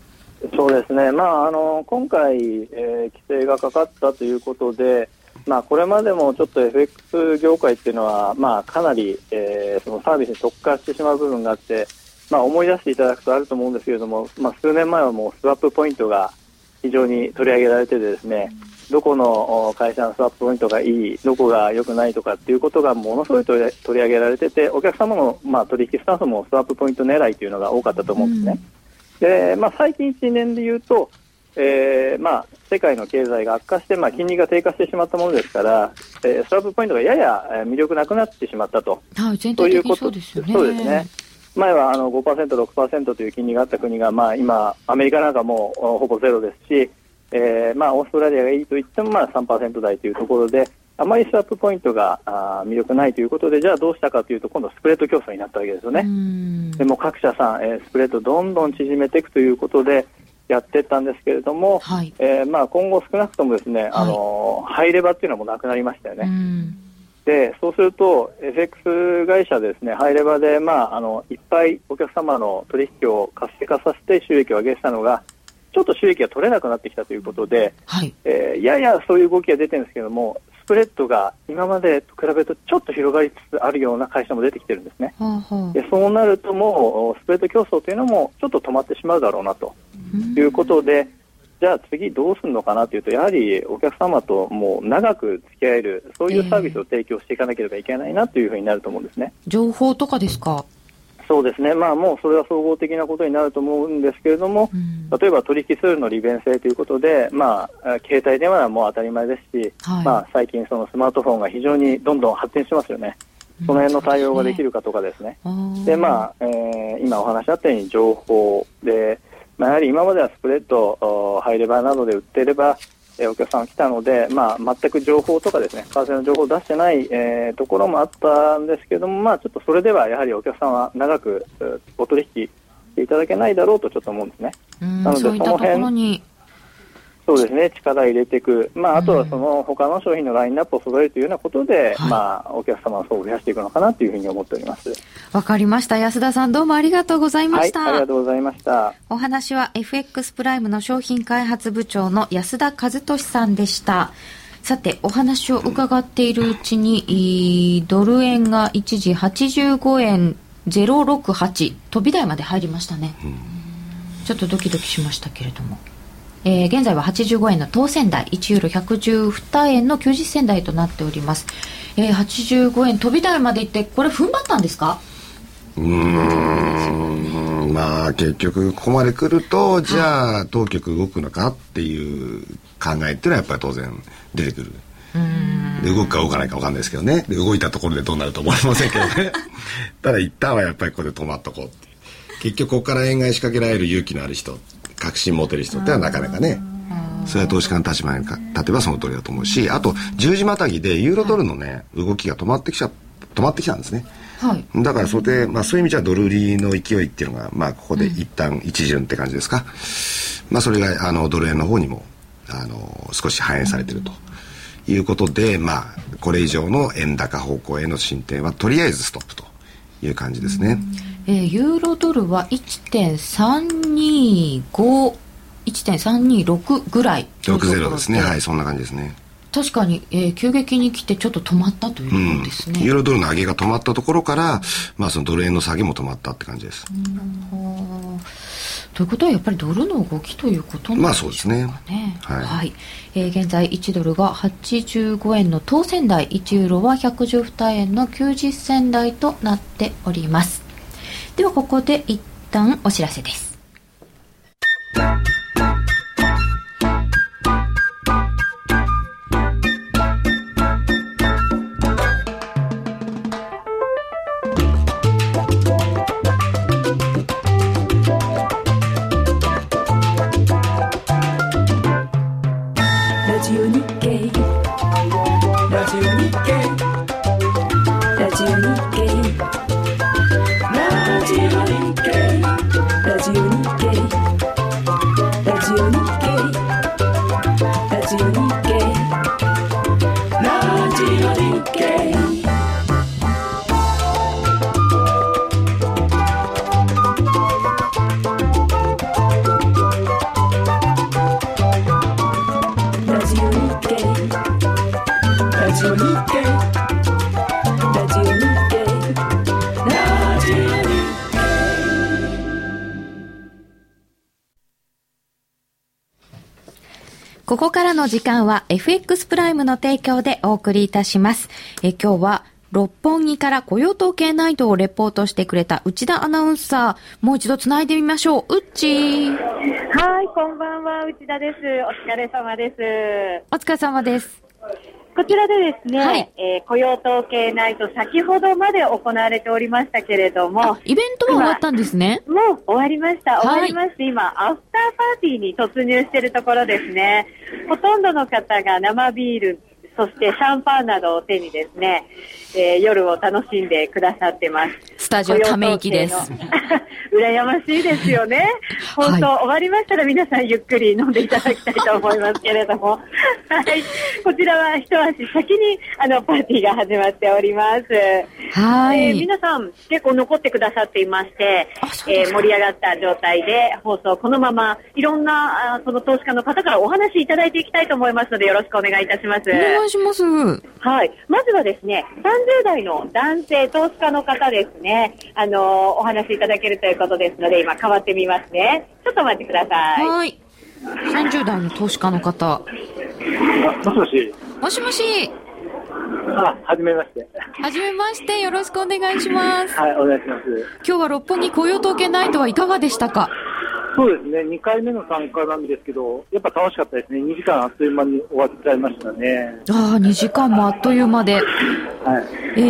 Speaker 9: そうですね、今回、規制がかかったということで、これまでもちょっと FX 業界っていうのは、かなり、そのサービスに特化してしまう部分があって、思い出していただくとあると思うんですけれども、数年前はもうスワップポイントが非常に取り上げられてですね、どこの会社のスワップポイントがいい、どこが良くないとかっていうことがものすごい取り上げられてて、お客様の、取引スタンスもスワップポイント狙いというのが多かったと思うんですね。で、最近1年で言うと、世界の経済が悪化して、金利が低下してしまったものですから、スワップポイントがやや魅力なくなってしまったと。
Speaker 1: はい、全体的にそうですよね。
Speaker 9: そうですね。前は5%、6% という金利があった国が、今、アメリカなんかもほぼゼロですし、オーストラリアがいいと言っても3% 台というところで、あまりスワップポイントが魅力ないということで、じゃあどうしたかというと、今度スプレッド競争になったわけですよね。でも各社さん、スプレッドどんどん縮めていくということでやっていったんですけれども、はい、今後少なくともですね、ハイレバっていうのもなくなりましたよね。で、そうすると FX 会社ですね、ハイレバで、いっぱいお客様の取引を活性化させて収益を上げたのが、ちょっと収益が取れなくなってきたということで、はい、ややそういう動きが出てるんですけども、スプレッドが今までと比べるとちょっと広がりつつあるような会社も出てきてるんですね。で、そうなるともうスプレッド競争というのもちょっと止まってしまうだろうなということで、じゃあ次どうするのかなというと、やはりお客様ともう長く付き合える、そういうサービスを提供していかなければいけないなというふうになると思うんですね。
Speaker 1: 情報とかですか？
Speaker 9: そうですね、もうそれは総合的なことになると思うんですけれども、例えば取引ツールの利便性ということで、携帯電話はもう当たり前ですし、はい、最近そのスマートフォンが非常にどんどん発展してますよね。その辺の対応ができるかとかですね。で、今お話あったように情報で、やはり今まではスプレッド、ハイレバーなどで売っていれば、お客さんが来たので、全く情報とかですね、為替の情報を出してない、ところもあったんですけども、ちょっとそれではやはりお客さんは長くお取引していただけないだろうとちょっと思うんですね。なのでその辺、そうですね、力入れていく、あとはその他の商品のラインナップを揃えるというようなことで、お客様の層を増やしていくのかなというふうに思っております。
Speaker 1: わかりました。安田さん、どうもありがとうございました。
Speaker 9: はい、ありがとうございました。
Speaker 1: お話は FX プライムの商品開発部長の安田和俊さんでした。さて、お話を伺っているうちに、ドル円が一時85円068、飛び台まで入りましたね。ちょっとドキドキしましたけれども。現在は85円の当選台、1ユーロ112円の90銭台となっております。85円飛び台まで行って、これ踏ん張ったんですか？
Speaker 3: 結局ここまで来ると、じゃあ当局動くのかっていう考えっていうのはやっぱり当然出てくる。で、動くか動かないか分かんないですけどね。で、動いたところでどうなると思いませんけどね。ただ一旦はやっぱりここで止まっとこうっていう。結局ここから円買い仕掛けられる勇気のある人、確信持てる人ってのはなかなかね、それは投資家の立場に立てばその通りだと思うし、あと10時またぎでユーロドルのね、動きが止まってきたんですね。はい、だからそれで、そういう意味じゃドル売りの勢いっていうのが、ここで一旦一巡って感じですか。それがドル円の方にも少し反映されているということで、これ以上の円高方向への進展はとりあえずストップという感じですね。
Speaker 1: ユーロドルは 1.326 ぐらい
Speaker 3: 60ですね。はい、そんな感じですね。
Speaker 1: 確かに、急激に来てちょっと止まったということですね。
Speaker 3: ユーロドルの上げが止まったところから、そのドル円の下げも止まったって感じです。
Speaker 1: ということはやっぱりドルの動きということなんでしょうかね。
Speaker 3: そうですね。
Speaker 1: はい。現在1ドルが85円の当選台、1ユーロは112円の90銭台となっております。ではここで一旦お知らせです。 ここからの時間は FX プライムの提供でお送りいたします。今日は六本木から雇用統計ナイトをレポートしてくれた内田アナウンサー、もう一度つないでみましょう。うっちー。
Speaker 2: はい、こんばんは、内田です。お疲れ様です。
Speaker 1: お疲れ様です。
Speaker 2: こちらでですね、はい、雇用統計ナイト先ほどまで行われておりましたけれども、
Speaker 1: イベントは終わったんですね。
Speaker 2: もう終わりました。終わりまして、今アフターパーティーに突入しているところですね。ほとんどの方が生ビール、そしてシャンパンなどを手にですね、夜を楽しんでくださってます。
Speaker 1: スタジオため息です。
Speaker 2: 羨ましいですよね。放送終わりましたら皆さんゆっくり飲んでいただきたいと思いますけれども、はい、こちらは一足先にパーティーが始まっております。
Speaker 1: はい、
Speaker 2: 皆さん結構残ってくださっていまして、盛り上がった状態で放送このままいろんなその投資家の方からお話いただいていきたいと思いますので、よろしくお願いいたします。
Speaker 1: お願いします。
Speaker 2: はい、まずはですね、30代の男性投資家の方ですね、お話いただけるということですので、今変わってみますね。ちょっと待ってください。
Speaker 1: はい。30代の投資家の方。
Speaker 9: もしもし。
Speaker 1: もしもし。
Speaker 9: はじめまして。
Speaker 1: はじめまして。よろしくお願いします。
Speaker 9: はい、お願いします。
Speaker 1: 今日は六本木雇用統計ナイトはいかがでしたか？
Speaker 9: そうですね、2回目の参加なんですけど、やっぱ楽しかったですね。2時間あっという間に終わっちゃいましたね。
Speaker 1: 2時間もあっという間で。はい。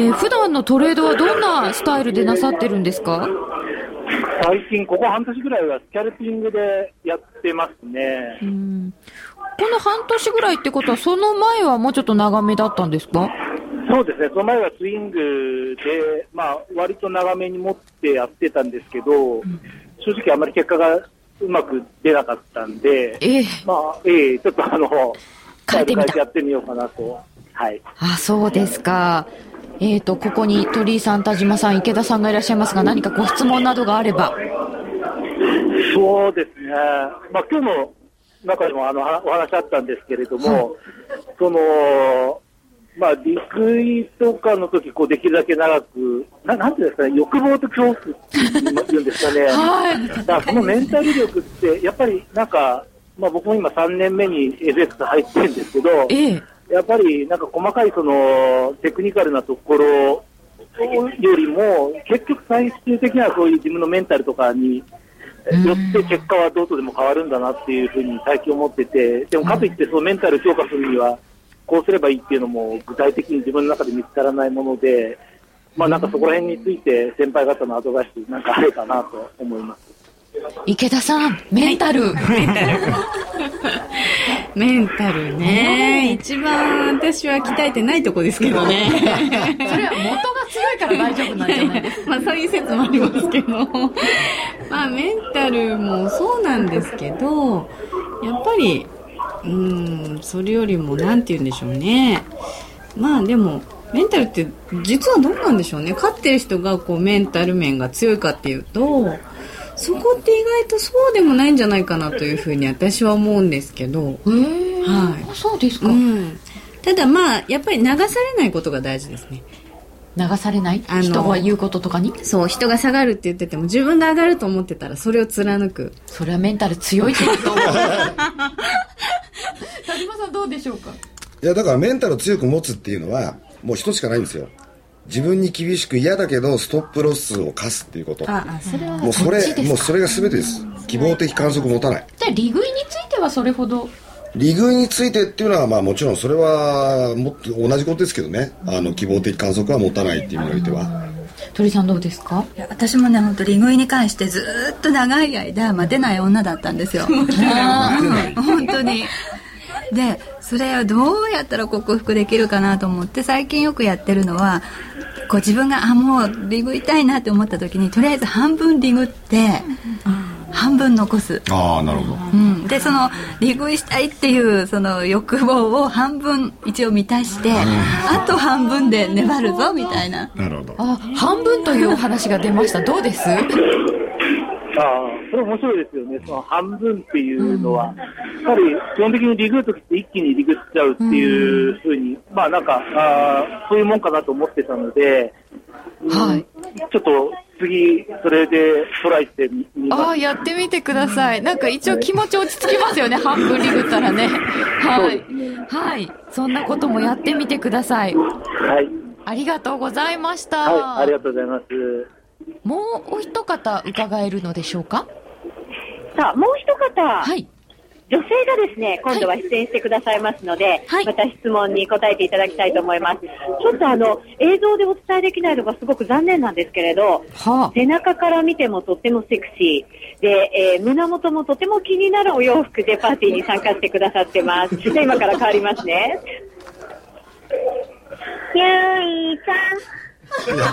Speaker 1: 普段のトレードはどんなスタイルでなさってるんですか？
Speaker 9: 最近、ここ半年ぐらいはスキャルピングでやってますね。
Speaker 1: この半年ぐらいってことは、その前はもうちょっと長めだったんですか？
Speaker 9: そうですね、その前はスイングで、割と長めに持ってやってたんですけど、正直あまり結果がうまく出なかったんで、ちょっと
Speaker 1: 変えてみた。
Speaker 9: やってみようかなと。はい。
Speaker 1: そうですか。ここに鳥居さん、田島さん、池田さんがいらっしゃいますが、何かご質問などがあれば。
Speaker 9: そうですね。今日の中でもお話あったんですけれども、利食いとかの時できるだけ長く、なんていうんですかね、欲望と恐怖って言うんですかね。はい。だからそのメンタル力って、やっぱり僕も今3年目に FX 入ってるんですけど、やっぱり細かいテクニカルなところよりも、結局最終的にはそういう自分のメンタルとかによって結果はどうとでも変わるんだなっていうふうに最近思ってて、でもかといってそのメンタル強化するには、こうすればいいっていうのも具体的に自分の中で見つからないもので、そこら辺について先輩方のアドバイスあれかなと思います。
Speaker 1: 池田さん、メンタル。
Speaker 4: メンタルね、一番私は鍛えてないとこですけどね。
Speaker 1: それは元が強いから大丈夫なんじゃないですか。
Speaker 4: そういう説もありますけど、メンタルもそうなんですけど、やっぱりそれよりもなんて言うんでしょうね。でもメンタルって実はどうなんでしょうね。勝ってる人がメンタル面が強いかっていうと、そこって意外とそうでもないんじゃないかなというふうに私は思うんですけど。
Speaker 1: はい。そうですか。
Speaker 4: ただやっぱり流されないことが大事ですね。
Speaker 1: 流されない？人が言うこととかに？
Speaker 4: そう、人が下がるって言ってても自分が上がると思ってたらそれを貫く。
Speaker 1: それはメンタル強いってこと。田島さんどうでしょうか？
Speaker 3: いや、だからメンタルを強く持つっていうのはもう一つしかないんですよ。自分に厳しく嫌だけどストップロスを課すっていうこと。
Speaker 1: それは
Speaker 3: もうそれが全てです。希望的観測を持たない。
Speaker 1: じゃあ利食いについてはそれほど。
Speaker 3: 利食いについてっていうのはもちろんそれはもっと同じことですけどね。希望的観測は持たないっていう意味においては。
Speaker 1: 鳥さんどうですか？
Speaker 6: 私もね、本当利食いに関してずっと長い間待てない女だったんですよ。本当に。で、それをどうやったら克服できるかなと思って、最近よくやってるのは、自分がもう利食いたいなって思った時に、とりあえず半分利食って、半分残す。
Speaker 3: なるほ
Speaker 6: ど。で、その利食いしたいっていうその欲望を半分一応満たして、あと半分で粘るぞみたいな。
Speaker 3: なるほど。
Speaker 1: 半分というお話が出ました。どうです？
Speaker 9: それ面白いですよね。その半分っていうのは、やはり基本的に利食うときって一気に利食っちゃうっていうふうに、そういうもんかなと思ってたので、ちょっと
Speaker 8: 次、それでトライしてみます。
Speaker 1: ああ、やってみてください。なんか一応気持ち落ち着きますよね、半分リグったらね。はい。はい。そんなこともやってみてください。
Speaker 8: はい。
Speaker 1: ありがとうございました。
Speaker 8: はい、ありがとうございます。
Speaker 1: もうお一方伺えるのでしょうか？
Speaker 2: さあ、もう一方。
Speaker 1: はい。
Speaker 2: 女性がですね、今度は出演してくださいますので、
Speaker 1: はい、
Speaker 2: また質問に答えていただきたいと思います。ちょっと映像でお伝えできないのがすごく残念なんですけれど、背中から見てもとってもセクシーで、胸元もとても気になるお洋服でパーティーに参加してくださってます。で、今から変わりますね。ゆいちゃん。萌え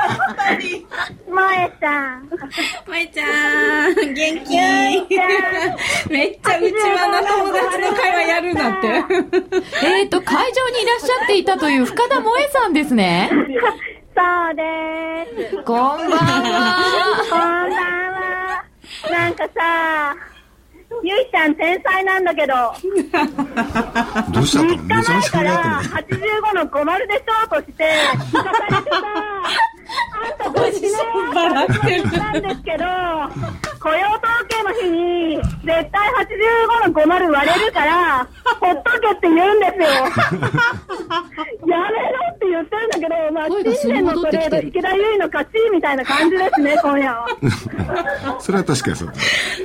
Speaker 2: さん。
Speaker 4: 萌えちゃん、元気。めっちゃうちわの友達の会話やるなって。
Speaker 1: 会場にいらっしゃっていたという深田萌えさんですね。
Speaker 2: そうです。
Speaker 1: こんばんは。
Speaker 2: こんばんは。なんかさ、ゆいちゃん天才なんだけど。
Speaker 3: どうしたの？めちゃめちゃ
Speaker 2: 3日前から85の50でしょとして書かれてさ、あんたご自身笑ってるんですけど、雇用統計の日に絶対85の50割れるからほっとけって言うんですよ。やめろって言ってるんだけど、まあ新年のトレード池田優衣の勝ちみたいな感じですね、今夜は。
Speaker 3: それは確かにそうだ。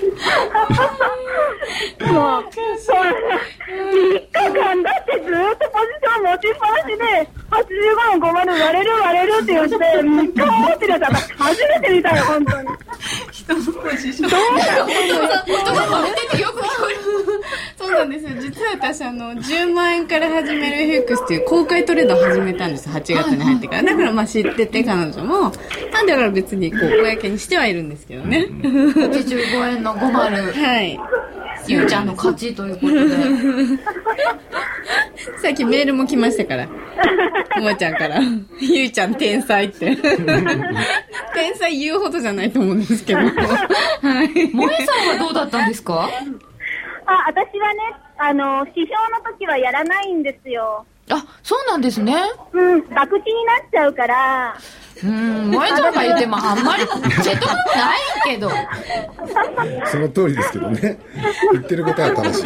Speaker 2: もう、そう3日間だってずっとポジション持ちっぱなしで、85の50割れるって言って、3日も持ってるやつは初めて見たよ、本当に。
Speaker 4: 人のポジション。そうなんですよ。実は私、10万円から始める FX っていう公開トレードを始めたんですよ。8月に入ってから。だからまあ知ってて、彼女も。だから別にこう、公にしてはいるんですけどね。
Speaker 1: 85円の50。
Speaker 4: はい。
Speaker 1: ゆうちゃんの勝ちということで。
Speaker 4: さっきメールも来ましたから。ももちゃんから。ゆうちゃん天才って。天才言うほどじゃないと思うんですけど。はい。
Speaker 1: 萌えさんはどうだったんですか？
Speaker 2: 私はね、指標の時はやらないんですよ。
Speaker 1: あ、そうなんですね。
Speaker 2: うん、博打になっちゃうから。
Speaker 1: 萌えちゃんが言ってもあんまり説得ないけど。
Speaker 3: その通りですけどね。言ってることは正しい。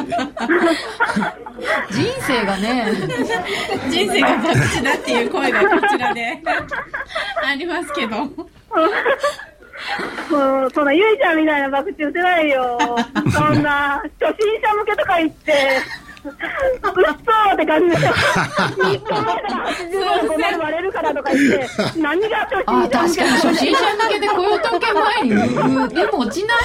Speaker 1: 人生がね。
Speaker 4: 人生が博打だっていう声がこちらでありますけど。
Speaker 2: もうそんなゆいちゃんみたいな博打打てないよ。そんな初心者向けとか言って。うっそーって感じでしょ。3日前から85の50割れるからとか言って、何が初心者向け。
Speaker 1: 確かに初心者向けで雇用統計前にでも落ちない。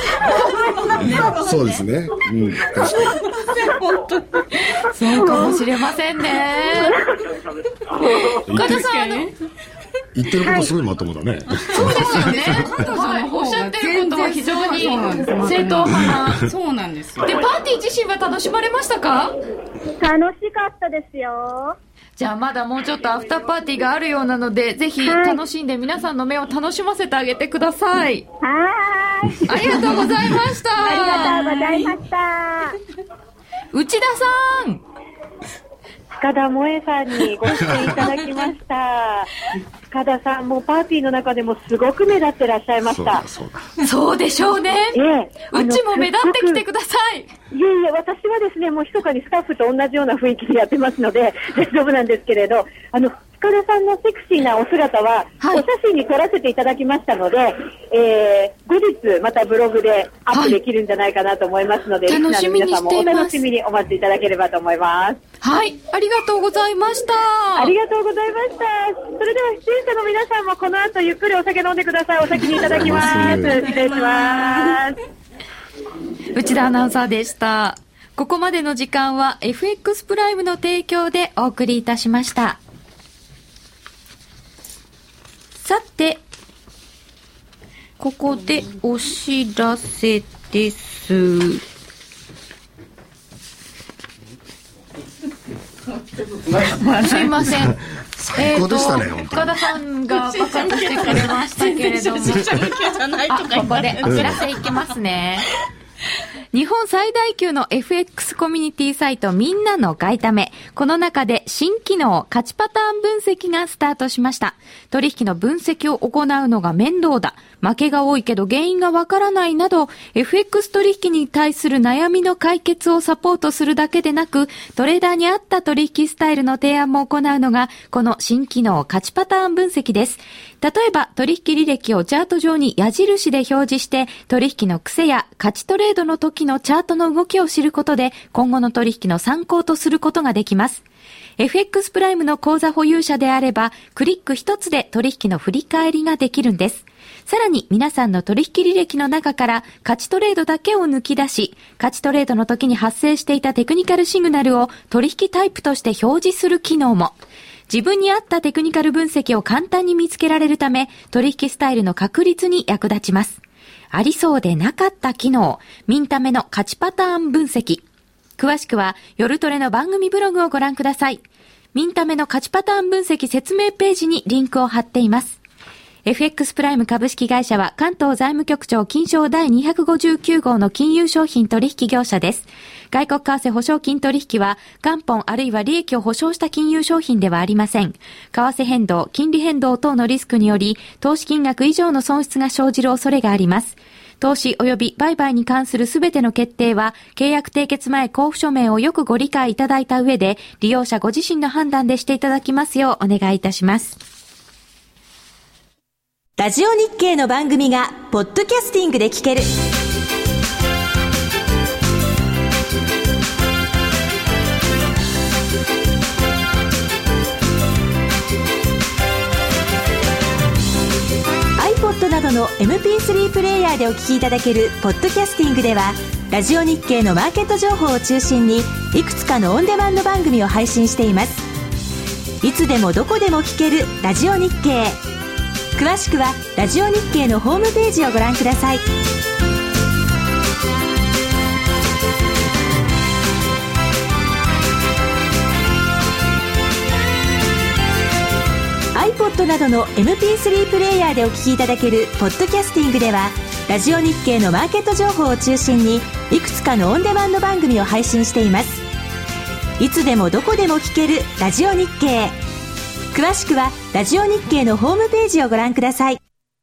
Speaker 3: そうですね。うん。
Speaker 4: 本当に。
Speaker 1: そうかもしれませんね。岡田さん、
Speaker 3: 言ってることすごいまともだね。
Speaker 1: そうですよね。おっしゃってることは非常に正統派な。
Speaker 4: そうなんですよ。
Speaker 1: で、パーティー自身は楽しまれましたか？
Speaker 2: 楽しかったですよ。
Speaker 1: じゃあまだもうちょっとアフターパーティーがあるようなので、ぜひ楽しんで皆さんの目を楽しませてあげてください。
Speaker 2: はい。
Speaker 1: ありがとうございました。
Speaker 2: ありがとうございました。
Speaker 1: 内田さん。
Speaker 2: 深田萌えさんにご出演いただきました。深田さんもパーティーの中でもすごく目立ってらっしゃいました。
Speaker 1: そうでしょうね。うちも目立ってきてください。
Speaker 2: いえいえ、私はですね、もう密かにスタッフと同じような雰囲気でやってますので大丈夫なんですけれど、深田さんのセクシーなお姿は、お写真に撮らせていただきましたので、後日またブログでアップできるんじゃないかなと思いますので、
Speaker 1: 楽しみにしています。
Speaker 2: お楽しみにお待ちいただければと思います。
Speaker 1: はい、ありがとうございました。
Speaker 2: ありがとうございました。それでは出演者の皆さんもこの後ゆっくりお酒飲んでください。お先にいただきます。失礼します。
Speaker 1: 内田アナウンサーでした。ここまでの時間は FX プライムの提供でお送りいたしました。さて、ここでお知らせです。すいません。
Speaker 3: 最高でしたね、
Speaker 1: 岡田さんが爆発してくれましたけれども。ここでお知らせいきますね。 日本最大級の FX コミュニティサイトみんなの買いため。この中で新機能勝ちパターン分析がスタートしました。取引の分析を行うのが面倒だ。負けが多いけど原因がわからないなど FX 取引に対する悩みの解決をサポートするだけでなくトレーダーに合った取引スタイルの提案も行うのがこの新機能勝ちパターン分析です。例えば取引履歴をチャート上に矢印で表示して取引の癖や勝ちトレードの時のチャートの動きを知ることで今後の取引の参考とすることができます。FX プライムの口座保有者であればクリック一つで取引の振り返りができるんです。さらに皆さんの取引履歴の中から勝ちトレードだけを抜き出し、勝ちトレードの時に発生していたテクニカルシグナルを取引タイプとして表示する機能も。自分に合ったテクニカル分析を簡単に見つけられるため、取引スタイルの確立に役立ちます。ありそうでなかった機能、ミンタメの勝ちパターン分析。詳しくは夜トレの番組ブログをご覧ください。ミンタメの勝ちパターン分析説明ページにリンクを貼っています。FX プライム株式会社は関東財務局長金賞第259号の金融商品取引業者です。外国為替保証金取引は元本あるいは利益を保証した金融商品ではありません。為替変動、金利変動等のリスクにより投資金額以上の損失が生じる恐れがあります。投資及び売買に関するすべての決定は契約締結前交付書面をよくご理解いただいた上で利用者ご自身の判断でしていただきますようお願いいたします。
Speaker 7: ラジオ日経の番組がポッドキャスティングで聞ける。iPod などの MP3 プレイヤーでお聞きいただけるポッドキャスティングではラジオ日経のマーケット情報を中心にいくつかのオンデマンド番組を配信しています。いつでもどこでも聞けるラジオ日経。詳しくはラジオ日経のホームページをご覧ください。iPod などの MP3 プレイヤーでお聞きいただけるポッドキャスティングではラジオ日経のマーケット情報を中心にいくつかのオンデマンド番組を配信しています。いつでもどこでも聞けるラジオ日経。詳しくはラジオ日経のホームページをご覧ください。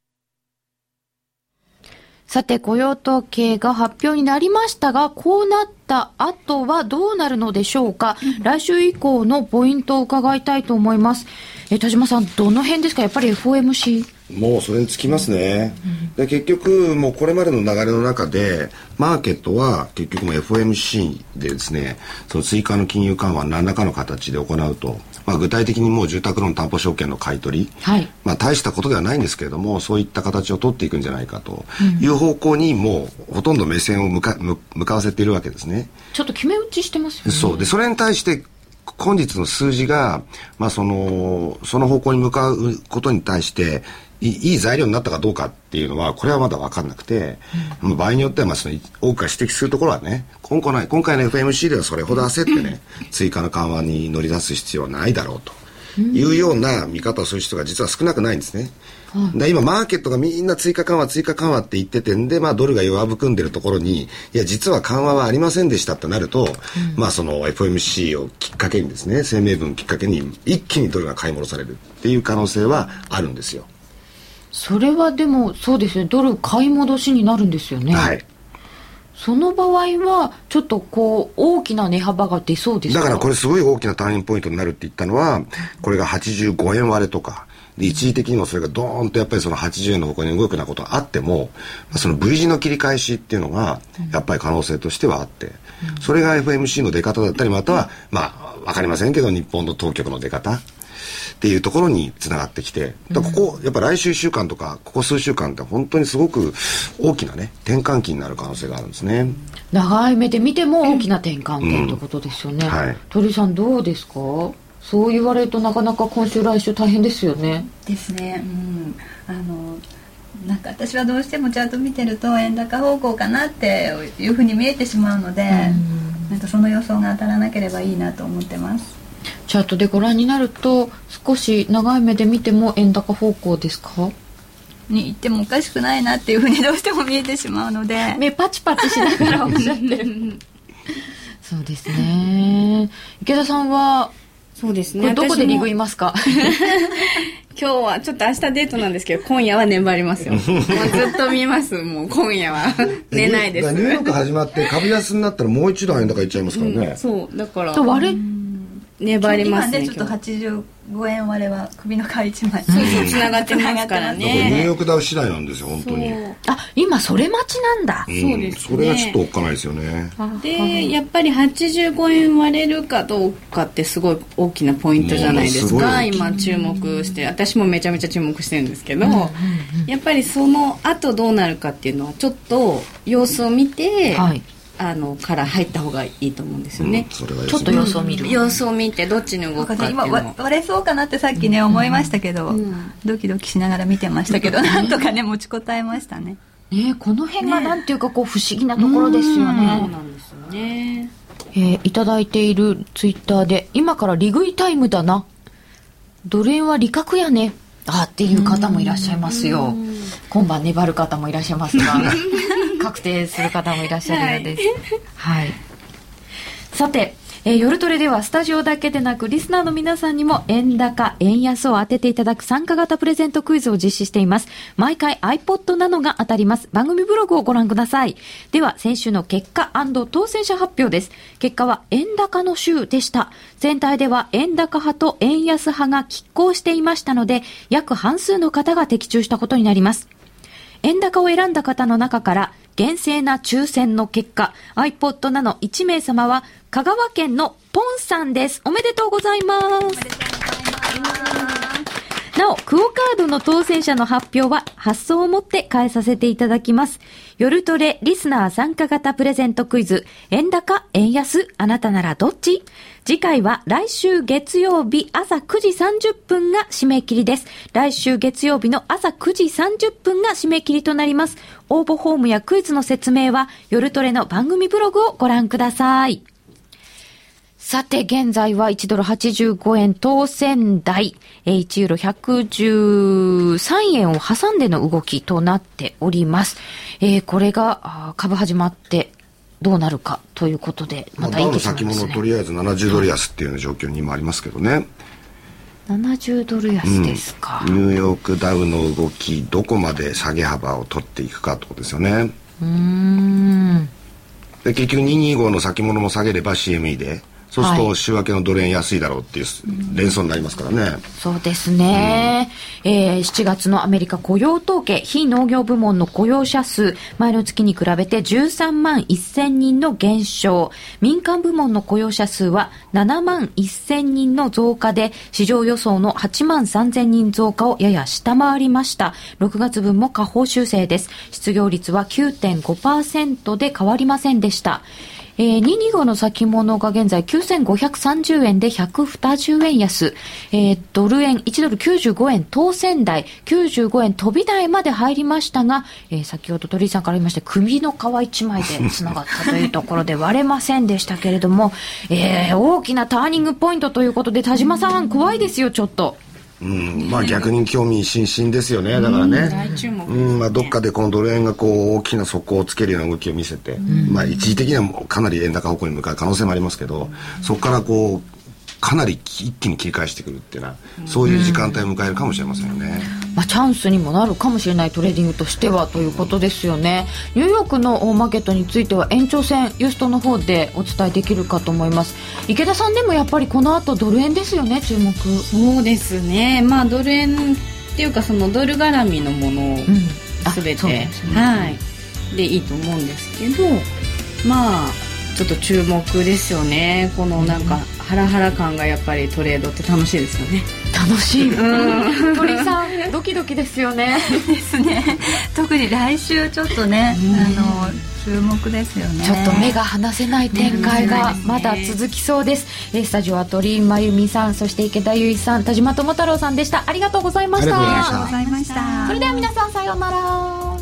Speaker 1: さて雇用統計が発表になりましたが、こうなった後はどうなるのでしょうか。来週以降のポイントを伺いたいと思います。田島さんどの辺ですか。やっぱり FOMC。
Speaker 3: もうそれにつきますね、で結局もうこれまでの流れの中でマーケットは結局もう FOMC でですねその追加の金融緩和を何らかの形で行うと、具体的にもう住宅ローン担保証券の買い取り、大したことではないんですけれどもそういった形を取っていくんじゃないかという方向にもうほとんど目線を向かわせているわけですね。
Speaker 1: ちょっと決め打ちしてますよね。
Speaker 3: そうでそれに対して本日の数字が、その方向に向かうことに対していい材料になったかどうかっていうのはこれはまだ分かんなくて、場合によってはその多くが指摘するところはね今回の FMC ではそれほど焦ってね追加の緩和に乗り出す必要はないだろうというような見方をする人が実は少なくないんですね。で今マーケットがみんな追加緩和って言っててんで、ドルが弱含んでるところにいや実は緩和はありませんでしたってなると、その FOMC をきっかけにですね声明文きっかけに一気にドルが買い戻されるっていう可能性はあるんですよ。
Speaker 1: それはでもそうですねドル買い戻しになるんですよね。その場合はちょっとこう大きな値幅が出そうですか。
Speaker 3: だからこれすごい大きなターニングポイントになるって言ったのはこれが85円割れとかで一時的にもそれがドーンとやっぱりその80円の方向に動くようなことがあってもその V 字の切り返しっていうのがやっぱり可能性としてはあってそれが FMC の出方だったりまたは分かりませんけど日本の当局の出方っていうところにつながってきてここやっぱ来週1週間とかここ数週間って本当にすごく大きなね転換期になる可能性があるんですね。
Speaker 1: 長い目で見ても大きな転換点ということですよね。鳥さんどうですか。そう言われるとなかなか今週来週大変ですよね。
Speaker 6: ですね。なんか私はどうしてもチャート見てると円高方向かなっていうふうに見えてしまうので、なんかその予想が当たらなければいいなと思ってます。
Speaker 1: チャートでご覧になると少し長い目で見ても円高方向ですか。
Speaker 6: に行ってもおかしくないなっていうふうにどうしても見えてしまうので、
Speaker 1: 目パチパチしながらおっしゃってるそうですね。池田さんは
Speaker 4: そうですね、
Speaker 1: どこでリグいますか？
Speaker 4: 今日はちょっと明日デートなんですけど、今夜は粘りますよ。もうずっと見ます。もう今夜は寝ないです。
Speaker 3: ニューヨーク始まって株安になったらもう一度円高いっちゃいますからね。
Speaker 4: そうだから
Speaker 6: 粘りますね。
Speaker 4: 今ね
Speaker 6: ちょっと85円割れは首の皮一枚
Speaker 4: そうつながってますからね。
Speaker 3: ニューヨークダウ次第なんですよ本当に。
Speaker 1: 今それ待ちなんだ。
Speaker 4: そうですね。
Speaker 3: それがちょっとおっかないですよね。
Speaker 4: でやっぱり85円割れるかどうかってすごい大きなポイントじゃないですか。今注目して、私もめちゃめちゃ注目してるんですけど、やっぱりその後どうなるかっていうのはちょっと様子を見て、から入った方がいいと思うんですよね。
Speaker 1: ちょっと様子を見る。
Speaker 4: 様子を見てどっちに動くかっていうのは。
Speaker 6: 今割れそうかなってさっきね思いましたけど、ドキドキしながら見てましたけど、なんとかね持ちこたえましたね。
Speaker 1: この辺がなんていうかこう不思議なところですよね。
Speaker 4: そうなんですよね。
Speaker 1: いただいているツイッターで、今から利食いタイムだな、ドル円は利確やねっていう方もいらっしゃいますよ。今晩粘る方もいらっしゃいますが確定する方もいらっしゃるようです。はい。さて、夜トレではスタジオだけでなくリスナーの皆さんにも円高円安を当てていただく参加型プレゼントクイズを実施しています。毎回 iPod などが当たります。番組ブログをご覧ください。では先週の結果&当選者発表です。結果は円高の週でした。全体では円高派と円安派が拮抗していましたので、約半数の方が的中したことになります。円高を選んだ方の中から厳正な抽選の結果、iPod なの1名様は香川県のポンさんです。おめでとうございます。なお、クオカードの当選者の発表は発送をもって返させていただきます。夜トレリスナー参加型プレゼントクイズ、円高円安あなたならどっち？次回は来週月曜日朝9時30分が締め切りです。来週月曜日の朝9時30分が締め切りとなります。応募フォームやクイズの説明は夜トレの番組ブログをご覧ください。さて、現在は1ドル85円当選台、1ユーロ113円を挟んでの動きとなっております。これが株始まってどうなるかということで、またいいですね。
Speaker 3: ダウの先物とりあえず70ドル安っていうような状況にもありますけどね。
Speaker 1: 70ドル安ですか。
Speaker 3: ニューヨークダウの動き、どこまで下げ幅を取っていくかということですよね。で結局225の先物も下げれば CME で、そうすると週明けのドル円安いだろうっていう連想になりますからね。
Speaker 1: そうですね。7月のアメリカ雇用統計、非農業部門の雇用者数、前の月に比べて13万1000人の減少。民間部門の雇用者数は7万1000人の増加で、市場予想の8万3000人増加をやや下回りました。6月分も下方修正です。失業率は 9.5% で変わりませんでした。225の先物が現在9530円で120円安、ドル円1ドル95円当選台、95円飛び台まで入りましたが、先ほど鳥居さんから言いました首の皮一枚でつながったというところで割れませんでしたけれども、大きなターニングポイントということで、田島さん怖いですよちょっと。
Speaker 3: 逆に興味津々ですよね。だからね、
Speaker 4: 大注目
Speaker 3: どっかでこのドル円がこう大きな底をつけるような動きを見せて、一時的にはかなり円高方向に向かう可能性もありますけど、そこからこうかなり一気に切り返してくるっていうのは、そういう時間帯を迎えるかもしれませんよね。
Speaker 1: チャンスにもなるかもしれない、トレーディングとしてはということですよね。ニューヨークのマーケットについては延長戦ユーストの方でお伝えできるかと思います。池田さんでもやっぱりこの後ドル円ですよね、注目。
Speaker 4: そうですね、ドル円っていうかそのドル絡みのものを全て、でいいと思うんですけど、ちょっと注目ですよね。このなんかハラハラ感がやっぱりトレードって楽しいですよね。
Speaker 1: 楽しい。鳥さんドキドキですよね。
Speaker 6: ですね。特に来週ちょっとね、注目ですよね。
Speaker 1: ちょっと目が離せない展開がまだ続きそうです。スタジオは鳥居真由美さん、そして池田由衣さん、田島智太郎さんでした。ありがとうございました。
Speaker 6: ありがとうございました。
Speaker 1: それでは皆さんさようなら。